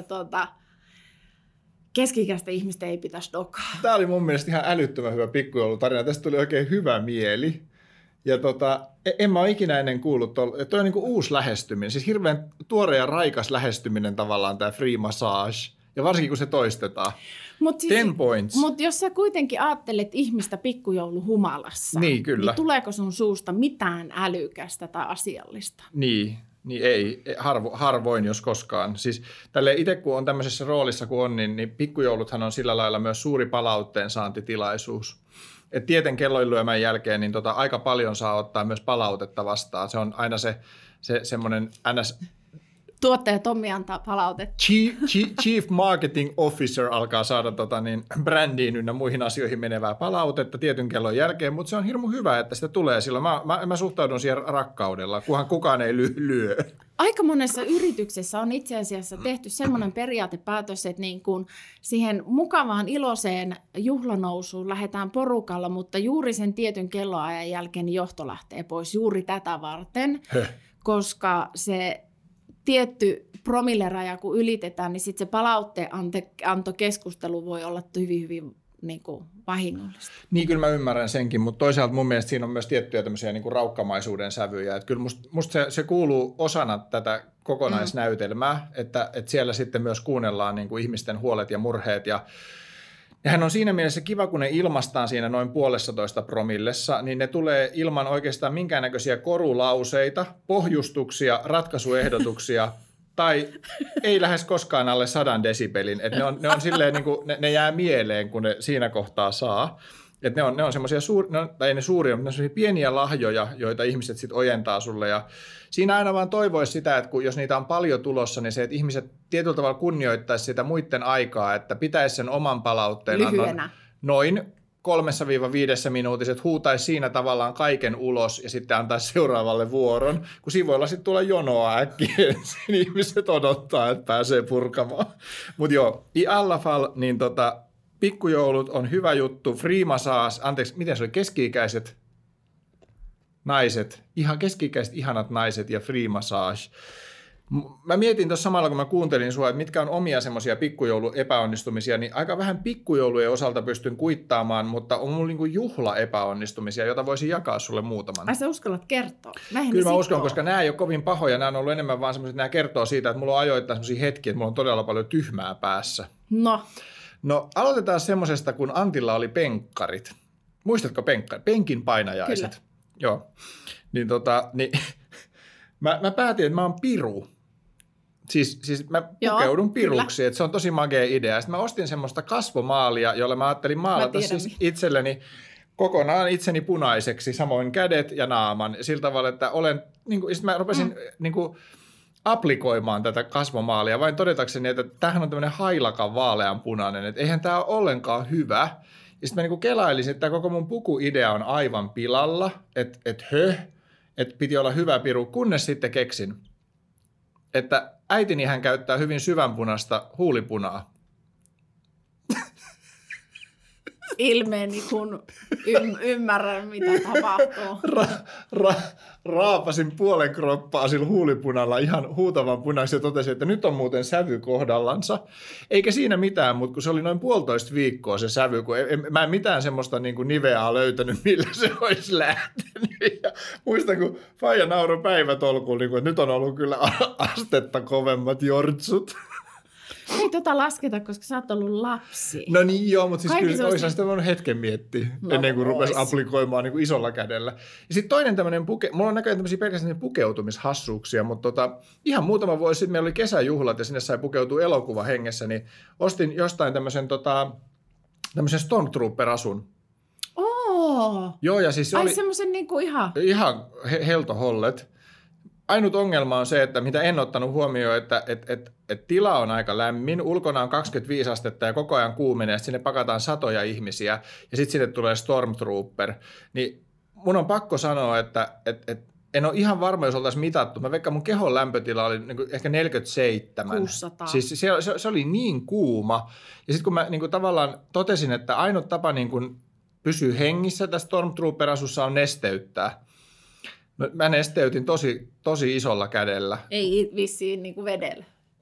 Speaker 2: keski-ikäistä ihmistä ei pitäisi dokaa.
Speaker 1: Tämä oli mun mielestä ihan älyttömän hyvä pikkujoulutarina. Tästä tuli oikein hyvä mieli. Ja en mä ole ikinä ennen kuullut, toi on niin kuin uusi lähestyminen, siis hirveän tuore ja raikas lähestyminen tavallaan tämä free massage. Ja varsinkin kun se toistetaan. 10 points.
Speaker 2: Mutta jos sä kuitenkin ajattelet ihmistä pikkujouluhumalassa,
Speaker 1: niin, kyllä.
Speaker 2: Niin tuleeko sun suusta mitään älykästä tai asiallista?
Speaker 1: Niin ei. Harvoin jos koskaan. Siis itse kun on tämmöisessä roolissa kuin on, niin pikkujouluthan on sillä lailla myös suuri palautteen saantitilaisuus. että tieten kelloinlyömän jälkeen niin aika paljon saa ottaa myös palautetta vastaan. Se on aina se semmoinen ns.
Speaker 2: Tuottaja Tommi antaa palautetta.
Speaker 1: Chief Marketing Officer alkaa saada brändiin ynnä muihin asioihin menevää palautetta tietyn kellon jälkeen, mutta se on hirmu hyvä, että sitä tulee silloin. Mä suhtaudun siihen rakkaudella, kunhan kukaan ei lyö.
Speaker 2: Aika monessa yrityksessä on itse asiassa tehty semmoinen periaatepäätös, että niin kuin siihen mukavaan iloiseen juhlanousuun lähdetään porukalla, mutta juuri sen tietyn kelloajan jälkeen johto lähtee pois juuri tätä varten, koska se tietty promilleraja, kun ylitetään, niin sitten se palautteenantokeskustelu voi olla hyvin niin kuin vahingollista.
Speaker 1: Niin, kyllä mä ymmärrän senkin, mutta toisaalta mun mielestä siinä on myös tiettyjä tämmöisiä niin kuin raukkamaisuuden sävyjä. Että kyllä musta se kuuluu osana tätä kokonaisnäytelmää, että siellä sitten myös kuunnellaan niin kuin ihmisten huolet ja murheet. Ja hän on siinä mielessä kiva, kun ne ilmastaan siinä noin 1,5 promillessa, niin ne tulee ilman oikeastaan minkäännäköisiä korulauseita, pohjustuksia, ratkaisuehdotuksia tai ei lähes koskaan alle 100 desibelin. Et ne on silleen, niin kuin, ne jää mieleen, kun ne siinä kohtaa saa. Et ne on semmoisia tai ei ne suuria, mutta ne on semmoisia pieniä lahjoja, joita ihmiset sitten ojentaa sulle. Ja siinä aina vaan toivoisi sitä, että jos niitä on paljon tulossa, niin se, että ihmiset tietyllä tavalla kunnioittaisi sitä muiden aikaa, että pitäisi sen oman palautteen
Speaker 2: lyhyenä.
Speaker 1: Noin 3-5 minuutiset, huutaisi siinä tavallaan kaiken ulos ja sitten antaisi seuraavalle vuoron, kun siinä voi olla sitten tulla jonoa äkkiä, sen ihmiset odottaa, että pääsee purkamaan. Mutta joo, i alla fall, niin pikkujoulut on hyvä juttu, free massage, anteeksi, miten se oli, keski-ikäiset naiset, ihan keski-ikäiset ihanat naiset ja free massage. Mä mietin tuossa samalla, kun mä kuuntelin sua, että mitkä on omia semmoisia pikkujoulu-epäonnistumisia, niin aika vähän pikkujoulujen osalta pystyn kuittaamaan, mutta on mulla niinku juhla-epäonnistumisia, joita voisin jakaa sulle muutaman.
Speaker 2: Ai sä uskallat kertoa?
Speaker 1: Kyllä mä uskon, koska nämä ei ole kovin pahoja, nämä on ollut enemmän vaan semmoiset, nämä kertoo siitä, että mulla on ajoittain semmoisia hetkiä, että mulla on todella paljon tyhmää päässä. No, aloitetaan semmoisesta, kun Antilla oli penkkarit. Muistatko penkkarit? Penkin painajaiset.
Speaker 2: Kyllä.
Speaker 1: Joo. Niin mä päätin, että mä oon piru. Siis mä pukeudun piruksi, että se on tosi magea idea. Sitten mä ostin semmoista kasvomaalia, jolla mä ajattelin maalata siis itselleni kokonaan itseni punaiseksi, samoin kädet ja naaman. Sillä tavalla, että olen, sitten mä rupesin applikoimaan tätä kasvomaalia, vain todetakseni, että tämähän on tämmöinen hailakan vaaleanpunainen, että eihän tämä ole ollenkaan hyvä. Ja sitten mä kelailisin, että tämä koko mun pukuidea on aivan pilalla, että piti olla hyvä piru, kunnes sitten keksin, että äitini hän käyttää hyvin syvänpunaista huulipunaa.
Speaker 2: Ilmeeni, kun ymmärrän, mitä tapahtuu.
Speaker 1: Raapasin puolen kroppaa sillä huulipunalla ihan huutavan punaksi ja totesin, että nyt on muuten sävy kohdallansa. Eikä siinä mitään, mutta kun se oli noin 1,5 viikkoa se sävy, kun mä en mitään semmoista niin kuin niveää löytänyt, millä se olisi lähtenyt. Ja muistan, kun faija nauroi päivätolkuun, niin että nyt on ollut kyllä astetta kovemmat jortsut.
Speaker 2: Ei lasketa, koska sä oot ollut lapsi.
Speaker 1: No niin joo, mutta siis kyllä olisi sitä voinut hetken miettiä, ennen kuin rupesi applikoimaan niin kuin isolla kädellä. Ja sitten toinen tämmöinen, mulla on näköjään tämmöisiä pelkästään pukeutumishassuuksia, mutta ihan muutama vuosi sitten meillä oli kesäjuhlat ja sinne sai pukeutua elokuvahengessä, niin ostin jostain tämmöisen Stormtrooper-asun. Joo, ja siis se oli
Speaker 2: semmoisen niinku
Speaker 1: ihan heltohollet. Ainut ongelma on se, että mitä en ottanut huomioon, että tila on aika lämmin, ulkona on 25 astetta ja koko ajan kuumenee, ja sinne pakataan satoja ihmisiä, ja sitten sinne tulee Stormtrooper. Niin mun on pakko sanoa, että en ole ihan varma, jos oltaisiin mitattu. Mä veikkaan mun kehon lämpötila oli niin kuin ehkä 47.
Speaker 2: 600.
Speaker 1: Siis se oli niin kuuma. Ja sitten kun mä niin kuin tavallaan totesin, että ainut tapa niin kuin pysyä hengissä tässä Stormtrooper-asussa on nesteyttää. No, mä nesteytin tosi isolla kädellä.
Speaker 2: Ei vissiin niin kuin vedellä.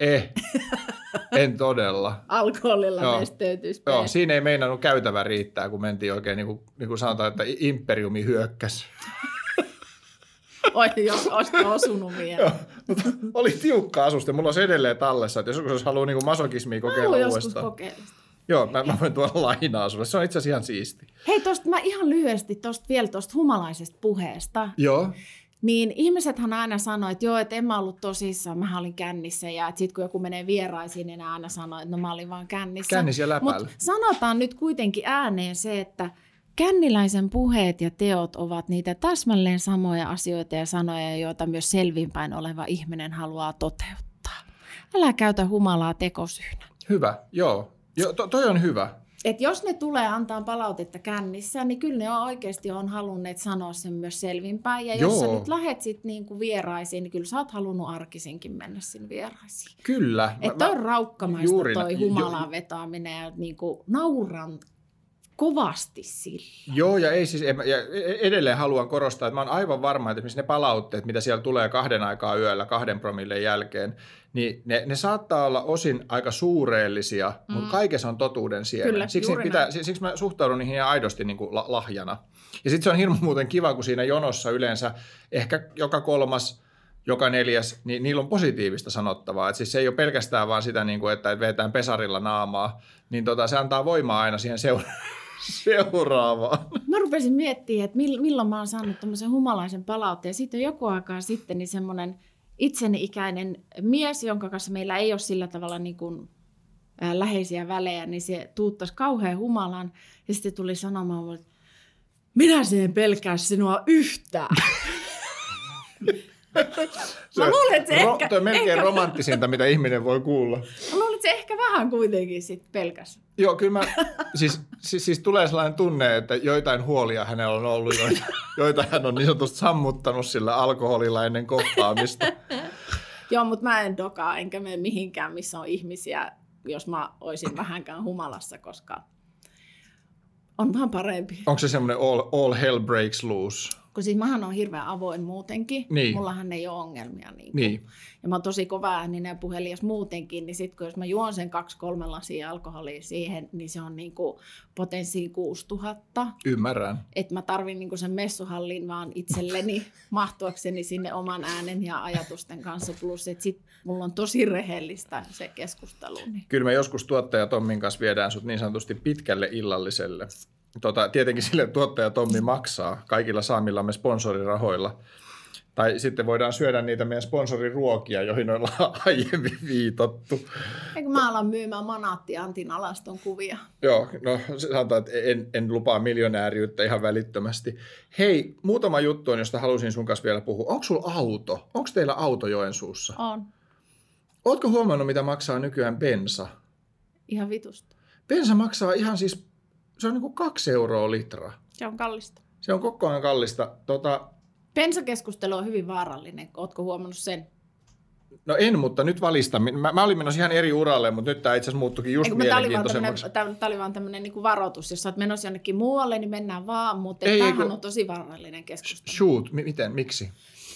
Speaker 1: En todella.
Speaker 2: Alkoholilla nesteytys.
Speaker 1: Joo, siinä ei meinannut käytävä riittää, kun mentiin oikein niin kuin sanotaan, että imperiumi hyökkäsi.
Speaker 2: Oi, jos olisit osunut vielä.
Speaker 1: Joo, mutta oli tiukka asuste. Mulla on se edelleen tallessa, että jos haluaa niin kuin masokismia kokeilla uudestaan. Joo, mä voin tuoda lainaa sulle. Se on itse asiassa ihan siisti.
Speaker 2: Hei, mä ihan lyhyesti vielä tuosta humalaisesta puheesta.
Speaker 1: Joo.
Speaker 2: Niin ihmisethän aina sanoo, että joo, että en mä ollut tosissaan, mä olin kännissä. Ja sitten kun joku menee vieraisiin, niin aina sanoo, että no mä olin vaan kännissä.
Speaker 1: Kännissä ja läpällä.
Speaker 2: Mutta sanotaan nyt kuitenkin ääneen se, että Känniläisen puheet ja teot ovat niitä täsmälleen samoja asioita ja sanoja, joita myös selvinpäin oleva ihminen haluaa toteuttaa. Älä käytä humalaa tekosyynä.
Speaker 1: Hyvä, joo. Toi on hyvä.
Speaker 2: Et jos ne tulee antaa palautetta kännissä, niin kyllä ne oikeasti on halunneet sanoa sen myös selvinpäin. Ja jos sä nyt lähet sit niinku vieraisiin, niin kyllä sä oot halunnut arkisinkin mennä sinne vieraisiin.
Speaker 1: Kyllä.
Speaker 2: Että on raukkamaista toi humalaan vetaaminen ja niinku nauran kovasti sillä.
Speaker 1: Joo, ja edelleen haluan korostaa, että mä oon aivan varma, että esimerkiksi ne palautteet, mitä siellä tulee 2 aikaa yöllä 2 promillen jälkeen, niin ne saattaa olla osin aika suureellisia, mutta kaikessa on totuuden siemen.
Speaker 2: Kyllä,
Speaker 1: siksi mä suhtaudun niihin aidosti niin kuin lahjana. Ja sitten se on hirmu muuten kiva, kun siinä jonossa yleensä ehkä joka 3, joka 4, niin niillä on positiivista sanottavaa. Et siis se ei ole pelkästään vaan sitä, niin kuin, että vetään pesarilla naamaa, niin se antaa voimaa aina siihen seuraavaan.
Speaker 2: Mä rupesin miettimään, että milloin mä oon saanut tämmöisen humalaisen palautteen. Sitten joku aikaa sitten niin semmoinen itseni ikäinen mies, jonka kanssa meillä ei ole sillä tavalla niin kuin läheisiä välejä, niin se tuuttasi kauhean humalan ja sitten tuli sanomaan, että minä en pelkää sinua yhtään. Mä luulen, että
Speaker 1: se on melkein romanttisinta, mitä ihminen voi kuulla.
Speaker 2: Mä luulen, että se ehkä vähän kuitenkin sit pelkäs.
Speaker 1: Joo, kyllä siis tulee sellainen tunne, että joitain huolia hänellä on ollut, joita hän on niin sanotusti sammuttanut sillä alkoholilla ennen kohtaamista.
Speaker 2: Joo, mutta mä en dokaa, enkä mene mihinkään, missä on ihmisiä, jos mä oisin vähänkään humalassa, koska on vähän parempi.
Speaker 1: Onko se semmoinen all hell breaks loose?
Speaker 2: Kun siis mähän on hirveän avoin muutenkin.
Speaker 1: Niin.
Speaker 2: Mullahan ei ole ongelmia.
Speaker 1: Niin.
Speaker 2: Ja mä oon tosi kovaääninen ja puhelias muutenkin, niin sit kun jos mä juon sen 2-3 lasia alkoholia siihen, niin se on niinku potenssiin 6000.
Speaker 1: Ymmärrän.
Speaker 2: Että mä tarvin niinku sen messuhallin vaan itselleni mahtuakseni sinne oman äänen ja ajatusten kanssa. Plus, että sit mulla on tosi rehellistä se keskustelu. Niin.
Speaker 1: Kyllä me joskus tuottaja Tommin kanssa viedään sut niin sanotusti pitkälle illalliselle. Tietenkin sille tuottaja Tommi maksaa kaikilla saamillamme sponsorirahoilla. Tai sitten voidaan syödä niitä meidän sponsoriruokia, joihin ollaan aiemmin viitattu.
Speaker 2: Eikö mä alan myymään Manaatti Antin alaston kuvia?
Speaker 1: Joo, no sanotaan, että en lupaa miljonääriyttä ihan välittömästi. Hei, muutama juttu on, josta halusin sun kanssa vielä puhua. Onko sulla auto? Onko teillä auto Joensuussa?
Speaker 2: On.
Speaker 1: Ootko huomannut, mitä maksaa nykyään bensa?
Speaker 2: Ihan vitusta.
Speaker 1: Bensa maksaa ihan siis, se on niin kuin 2 euroa litra.
Speaker 2: Se on kallista.
Speaker 1: Se on koko ajan kallista.
Speaker 2: Bensakeskustelu on hyvin vaarallinen. Ootko huomannut sen?
Speaker 1: No en, mutta nyt valista. Mä olin menossa ihan eri uralle, mutta nyt tämä itse asiassa muuttuikin just mielenkiintoisemmaksi.
Speaker 2: Tämä oli vaan tämmöinen niin varoitus. Jos sä oot menossa jonnekin muualle, niin mennään vaan. Mutta tämähän on tosi vaarallinen keskustelu.
Speaker 1: Shoot, miten? Miksi?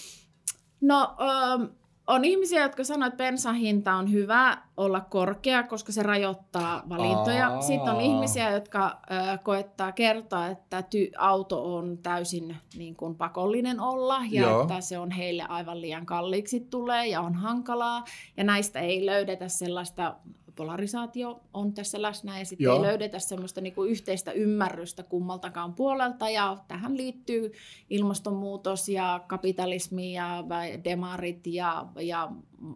Speaker 2: No, on ihmisiä, jotka sanoo, että bensan hinta on hyvä olla korkea, koska se rajoittaa valintoja. Sitten on ihmisiä, jotka koettaa kertoa, että auto on täysin niin kuin pakollinen olla ja
Speaker 1: Joo.
Speaker 2: että se on heille aivan liian kalliiksi tulee ja on hankalaa. Ja näistä ei löydetä sellaista, polarisaatio on tässä läsnä ja sitten ei löydetä semmoista niin kuin yhteistä ymmärrystä kummaltakaan puolelta. Ja tähän liittyy ilmastonmuutos ja kapitalismi ja demarit ja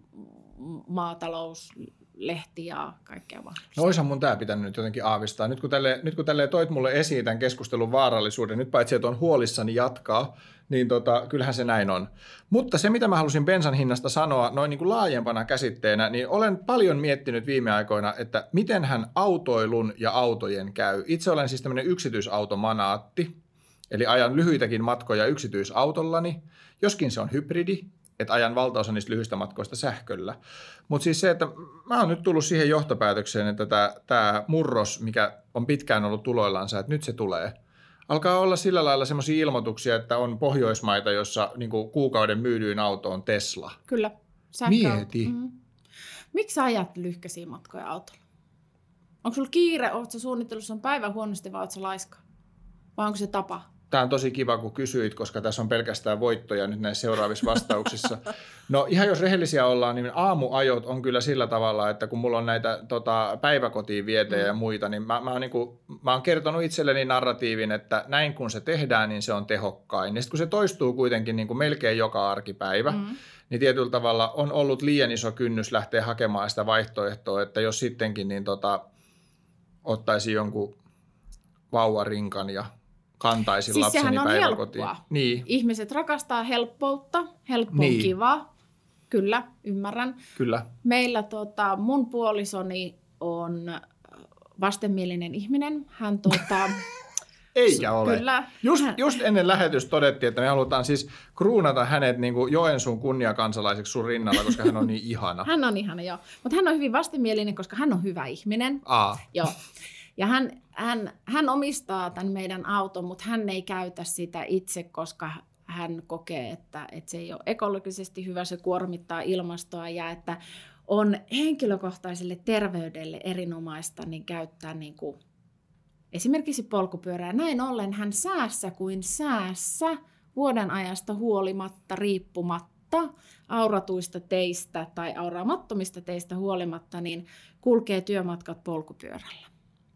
Speaker 2: maatalouslehti ja kaikkea mahdollista.
Speaker 1: No oishan mun tää pitänyt nyt jotenkin aavistaa. Nyt kun tälleen toit mulle esiin tämän keskustelun vaarallisuuden, nyt paitsi että on huolissani jatkaa, niin kyllähän se näin on. Mutta se, mitä mä halusin bensan hinnasta sanoa noin niin kuin laajempana käsitteenä, niin olen paljon miettinyt viime aikoina, että mitenhän autoilun ja autojen käy. Itse olen siis tämmöinen yksityisautomanaatti, eli ajan lyhyitäkin matkoja yksityisautollani, joskin se on hybridi, että ajan valtaosa niistä lyhyistä matkoista sähköllä. Mutta siis se, että mä oon nyt tullut siihen johtopäätökseen, että tämä murros, mikä on pitkään ollut tuloillansa, että nyt se tulee. Alkaa olla sillä lailla semmoisia ilmoituksia, että on Pohjoismaita, jossa niinku kuukauden myydyin auto on Tesla.
Speaker 2: Kyllä.
Speaker 1: Mieti.
Speaker 2: Miksi sä ajat lyhkäisiä matkoja autolla? Onko sulla kiire, ootko sä suunnittelussa on päivän huonosti vai ootko sä laiska? Vai onko se tapa?
Speaker 1: Tämä on tosi kiva, kun kysyit, koska tässä on pelkästään voittoja nyt näissä seuraavissa vastauksissa. No ihan jos rehellisiä ollaan, niin aamuajot on kyllä sillä tavalla, että kun mulla on näitä päiväkotiin vietejä ja muita, niin mä oon kertonut itselleni narratiivin, että näin kun se tehdään, niin se on tehokkain. Ja sitten kun se toistuu kuitenkin niin kuin melkein joka arkipäivä, niin tietyllä tavalla on ollut liian iso kynnys lähteä hakemaan sitä vaihtoehtoa, että jos sittenkin niin ottaisi jonkun vauvarinkan ja kantaisin
Speaker 2: siis
Speaker 1: lapseni päiväkotiin.
Speaker 2: Helppoa.
Speaker 1: Niin.
Speaker 2: Ihmiset rakastaa helppoutta, helppo on kiva. Kyllä, ymmärrän.
Speaker 1: Kyllä.
Speaker 2: Meillä mun puolisoni on vastenmielinen ihminen. Hän
Speaker 1: Eikä ole.
Speaker 2: Kyllä.
Speaker 1: Just ennen lähetystä todettiin, että me halutaan siis kruunata hänet niin kuin Joensuun kunniakansalaiseksi sun rinnalla, koska hän on niin ihana.
Speaker 2: Hän on ihana, joo. Mutta hän on hyvin vastenmielinen, koska hän on hyvä ihminen. Joo. Ja hän omistaa tämän meidän auton, mutta hän ei käytä sitä itse, koska hän kokee, että se ei ole ekologisesti hyvä, se kuormittaa ilmastoa ja että on henkilökohtaiselle terveydelle erinomaista niin käyttää niin kuin esimerkiksi polkupyörää. Näin ollen hän säässä kuin säässä vuoden ajasta huolimatta, riippumatta, auratuista teistä tai auraamattomista teistä huolimatta, niin kulkee työmatkat polkupyörällä.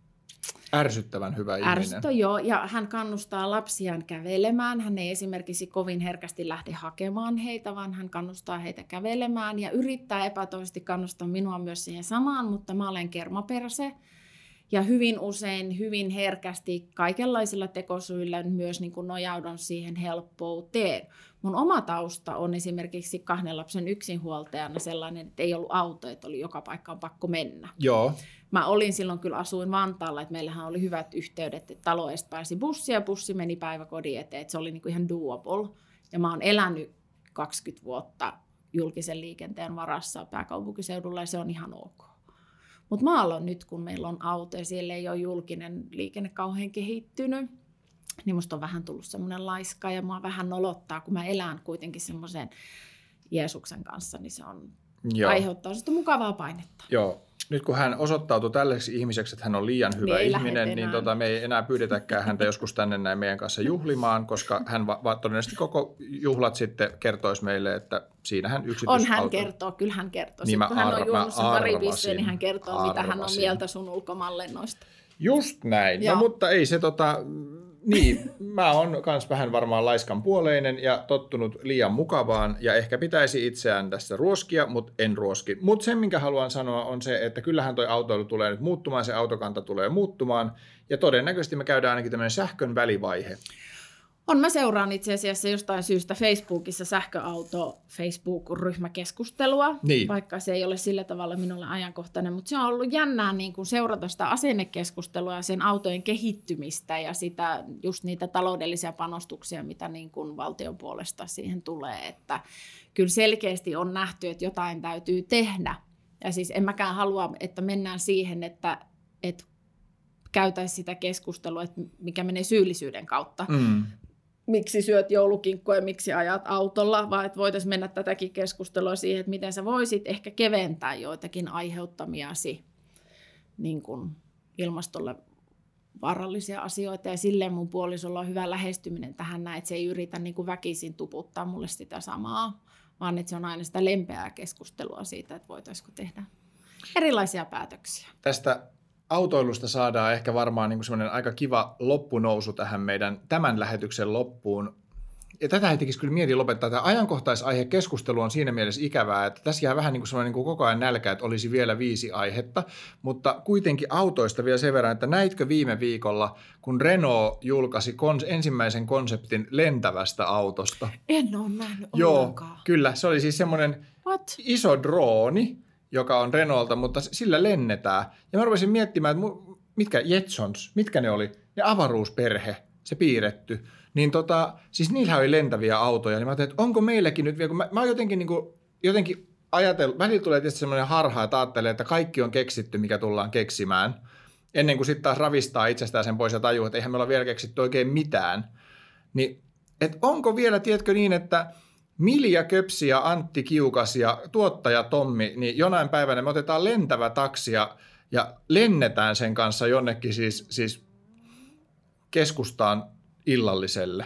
Speaker 1: Ärsyttävän hyvä ihminen.
Speaker 2: Joo, ja hän kannustaa lapsiaan kävelemään. Hän ei esimerkiksi kovin herkästi lähde hakemaan heitä, vaan hän kannustaa heitä kävelemään ja yrittää epätoisesti kannustaa minua myös siihen samaan, mutta mä olen kermaperse. Ja hyvin usein, hyvin herkästi kaikenlaisilla tekosyillä myös niin kuin nojaudun siihen helppouteen. Mun oma tausta on esimerkiksi 2 lapsen yksinhuoltajana sellainen, että ei ollut auto, että oli joka paikkaan pakko mennä.
Speaker 1: Joo.
Speaker 2: Mä olin silloin kyllä, asuin Vantaalla, että meillähän oli hyvät yhteydet, että taloista pääsi bussi ja bussi meni päiväkodin eteen, että se oli niin kuin ihan doable. Ja mä oon elänyt 20 vuotta julkisen liikenteen varassa pääkaupunkiseudulla ja se on ihan ok. Mutta maalla on nyt, kun meillä on auto ja siellä ei ole julkinen liikenne kauhean kehittynyt, niin musta on vähän tullut semmoinen laiska ja mua vähän nolottaa, kun mä elän kuitenkin semmoisen Jeesuksen kanssa, niin se on aiheuttaa sitä mukavaa painetta.
Speaker 1: Joo. Nyt kun hän osoittautui tällaiseksi ihmiseksi, että hän on liian hyvä ihminen, niin me ei enää pyydetäkään häntä joskus tänne näin meidän kanssa juhlimaan, koska hän todennäköisesti koko juhlat sitten kertoisi meille, että siinä hän
Speaker 2: hän kertoo, kyllä hän kertoo. Niin sitten kun hän on juonut sen pari bisseä, niin hän kertoo, mitä hän on mieltä sun ulkomaanlennoista.
Speaker 1: Just näin. No, mutta ei se niin, mä oon kans vähän varmaan laiskan puoleinen ja tottunut liian mukavaan ja ehkä pitäisi itseään tässä ruoskia, mutta en ruoski. Mutta se, minkä haluan sanoa, on se, että kyllähän toi autoilu tulee nyt muuttumaan, se autokanta tulee muuttumaan ja todennäköisesti me käydään ainakin tämmöinen sähkön välivaihe.
Speaker 2: Mä seuraan itse asiassa jostain syystä Facebookissa sähköauto Facebook-ryhmäkeskustelua, vaikka se ei ole sillä tavalla minulle ajankohtainen, mutta se on ollut jännää niin kuin seurata sitä asennekeskustelua ja sen autojen kehittymistä ja sitä, just niitä taloudellisia panostuksia, mitä niin kuin valtion puolesta siihen tulee, että kyllä selkeästi on nähty, että jotain täytyy tehdä ja siis en mäkään halua, että mennään siihen, että käytäisiin sitä keskustelua, että mikä menee syyllisyyden kautta. Miksi syöt joulukinkkoja ja miksi ajat autolla, vaan että voitaisiin mennä tätäkin keskustelua siihen, että miten sä voisit ehkä keventää joitakin aiheuttamiasi niin kuin ilmastolle vaarallisia asioita. Ja silleen mun puolisolla on hyvä lähestyminen tähän näin, että se ei yritä niin kuin väkisin tuputtaa mulle sitä samaa, vaan että se on aina sitä lempeää keskustelua siitä, että voitaisiinko tehdä erilaisia päätöksiä.
Speaker 1: Tästä autoilusta saadaan ehkä varmaan niin kuin semmoinen aika kiva loppunousu tähän meidän tämän lähetyksen loppuun. Ja tätä ei tekisi kyllä mieti lopettaa. Tämä ajankohtaisaihekeskustelu on siinä mielessä ikävää, että tässä jää vähän niin kuin semmoinen niin kuin koko ajan nälkä, että olisi vielä 5 aihetta. Mutta kuitenkin autoista vielä sen verran, että näitkö viime viikolla, kun Renault julkaisi ensimmäisen konseptin lentävästä autosta?
Speaker 2: En ole nähnyt
Speaker 1: ollenkaan. Joo, kyllä. Se oli siis semmoinen iso drooni, joka on Renaulta, mutta sillä lennetään. Ja mä rupesin miettimään, että mitkä Jetsons, mitkä ne oli, ne avaruusperhe, se piirretty. Niin siis niillähän oli lentäviä autoja, niin mä ajattelin, että onko meilläkin nyt vielä, kun mä oon jotenkin ajatellut, välillä tulee tietysti semmoinen harha, että ajattelee, että kaikki on keksitty, mikä tullaan keksimään, ennen kuin sitten taas ravistaa itsestään sen pois ja tajuu, että eihän me olla vielä keksitty oikein mitään. Niin, että onko vielä, tiedätkö niin, että Milja Köpsi ja Antti Kiukas ja tuottaja Tommi, niin jonain päivänä me otetaan lentävä taksi ja lennetään sen kanssa jonnekin siis keskustaan illalliselle.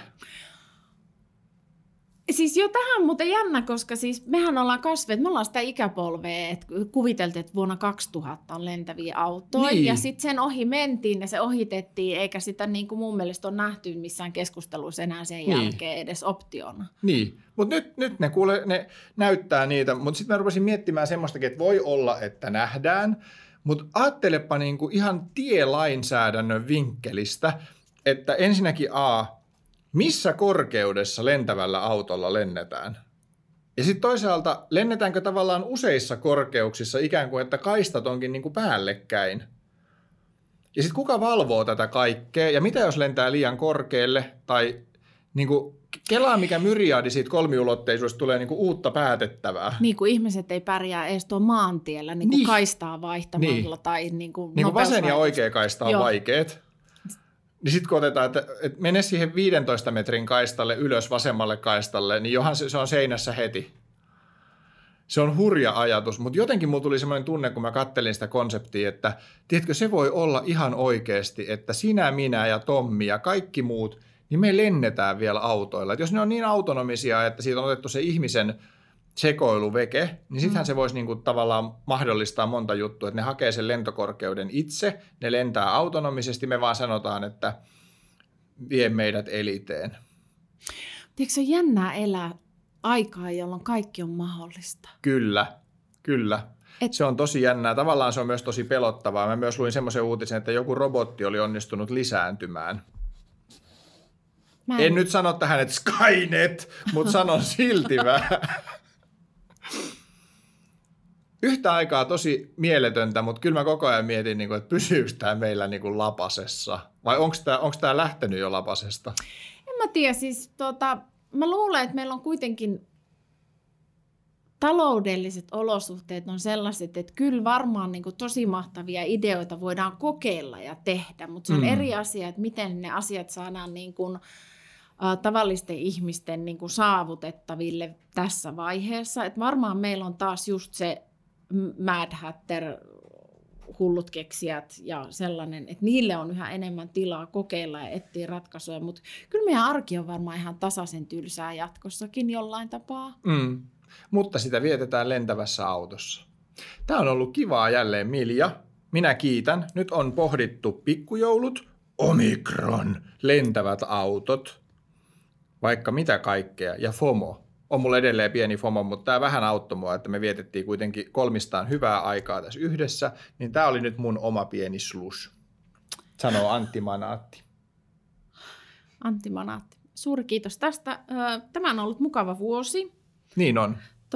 Speaker 2: Siis jo tähän muuten jännä, koska siis mehän ollaan me ollaan sitä ikäpolvea, että kuviteltiin, että vuonna 2000 on lentäviä autoja, ja sitten sen ohi mentiin ja se ohitettiin, eikä sitä niin kuin mun mielestä ole nähty missään keskustelussa enää sen jälkeen edes optiona.
Speaker 1: Niin, mutta nyt ne näyttää niitä, mutta sitten mä rupesin miettimään semmoistakin, että voi olla, että nähdään, mutta ajattelepa niin kuin ihan tielainsäädännön vinkkelistä, että ensinnäkin missä korkeudessa lentävällä autolla lennetään? Ja sitten toisaalta lennetäänkö tavallaan useissa korkeuksissa ikään kuin, että kaistat onkin niin kuin päällekkäin? Ja sitten kuka valvoo tätä kaikkea? Ja mitä jos lentää liian korkealle? Tai niin kuin, kelaa mikä myriaadi siitä kolmiulotteisuudesta tulee niin kuin uutta päätettävää.
Speaker 2: Niin kuin ihmiset ei pärjää edes tuon maantiellä niin kuin kaistaa vaihtamalla tai niin kuin
Speaker 1: vasen ja oikea kaista on vaikeet. Niin sitten kun otetaan, että mene siihen 15 metrin kaistalle ylös vasemmalle kaistalle, niin johan se on seinässä heti. Se on hurja ajatus, mutta jotenkin mulla tuli semmoinen tunne, kun mä kattelin sitä konseptia, että tiedätkö, se voi olla ihan oikeasti, että sinä, minä ja Tommi ja kaikki muut, niin me lennetään vielä autoilla. Et jos ne on niin autonomisia, että siitä on otettu se ihmisen sekoiluveke, niin sittenhän se voisi niinku tavallaan mahdollistaa monta juttua, että ne hakee sen lentokorkeuden itse, ne lentää autonomisesti, me vaan sanotaan, että vie meidät eliteen.
Speaker 2: Tiedätkö, se on jännää elää aikaa, jolloin kaikki on mahdollista.
Speaker 1: Kyllä. Se on tosi jännää. Tavallaan se on myös tosi pelottavaa. Mä myös luin semmoisen uutisen, että joku robotti oli onnistunut lisääntymään. En nyt sano tähän, että Skynet, mutta sanon silti vähän. Yhtä aikaa tosi mieletöntä, mutta kyllä mä koko ajan mietin, että pysyykö tämä meillä lapasessa? Vai onko tämä lähtenyt jo lapasesta?
Speaker 2: En mä tiedä, siis mä luulen, että meillä on kuitenkin taloudelliset olosuhteet on sellaiset, että kyllä varmaan tosi mahtavia ideoita voidaan kokeilla ja tehdä, mutta se on eri asia, että miten ne asiat saadaan tavallisten ihmisten saavutettaville tässä vaiheessa. Että varmaan meillä on taas just se Mad Hatter, hullut keksijät ja sellainen, että niille on yhä enemmän tilaa kokeilla ja etsiä ratkaisuja, mutta kyllä meidän arki on varmaan ihan tasaisen tylsää jatkossakin jollain tapaa.
Speaker 1: Mutta sitä vietetään lentävässä autossa. Tämä on ollut kivaa jälleen, Milja. Minä kiitän. Nyt on pohdittu pikkujoulut, Omikron, lentävät autot, vaikka mitä kaikkea, ja FOMO. On mulla edelleen pieni FOMO, mutta tämä vähän auttoi mua, että me vietettiin kuitenkin kolmistaan hyvää aikaa tässä yhdessä, niin tämä oli nyt mun oma pieni slush, sanoo Antti Manaatti.
Speaker 2: Antti Manaatti. Suuri kiitos tästä. Tämä on ollut mukava vuosi.
Speaker 1: Niin on.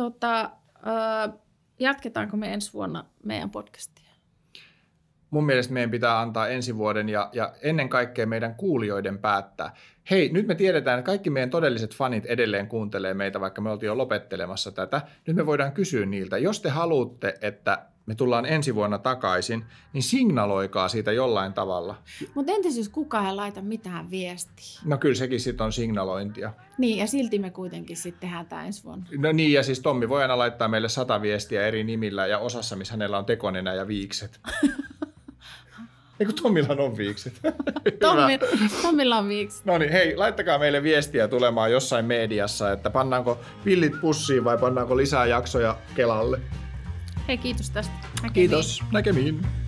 Speaker 2: Jatketaanko me ensi vuonna meidän podcastia?
Speaker 1: Mun mielestä meidän pitää antaa ensi vuoden ja ennen kaikkea meidän kuulijoiden päättää. Hei, nyt me tiedetään, että kaikki meidän todelliset fanit edelleen kuuntelee meitä, vaikka me oltiin jo lopettelemassa tätä. Nyt me voidaan kysyä niiltä, jos te haluatte, että me tullaan ensi vuonna takaisin, niin signaloikaa siitä jollain tavalla.
Speaker 2: Mutta entäs jos kukaan ei laita mitään viestiä?
Speaker 1: No kyllä sekin sitten on signalointia.
Speaker 2: Niin, ja silti me kuitenkin sitten tehdään tämä ensi vuonna.
Speaker 1: No niin, ja siis Tommi voi aina laittaa meille 100 viestiä eri nimillä ja osassa, missä hänellä on tekonenä ja viikset. Eikö Tommilla on viikset?
Speaker 2: Tommilla on viikset.
Speaker 1: No niin, hei, laittakaa meille viestiä tulemaan jossain mediassa, että pannaanko pillit pussiin vai pannaanko lisää jaksoja Kelalle.
Speaker 2: Hei, kiitos tästä.
Speaker 1: Näkemiin. Kiitos, näkemiin.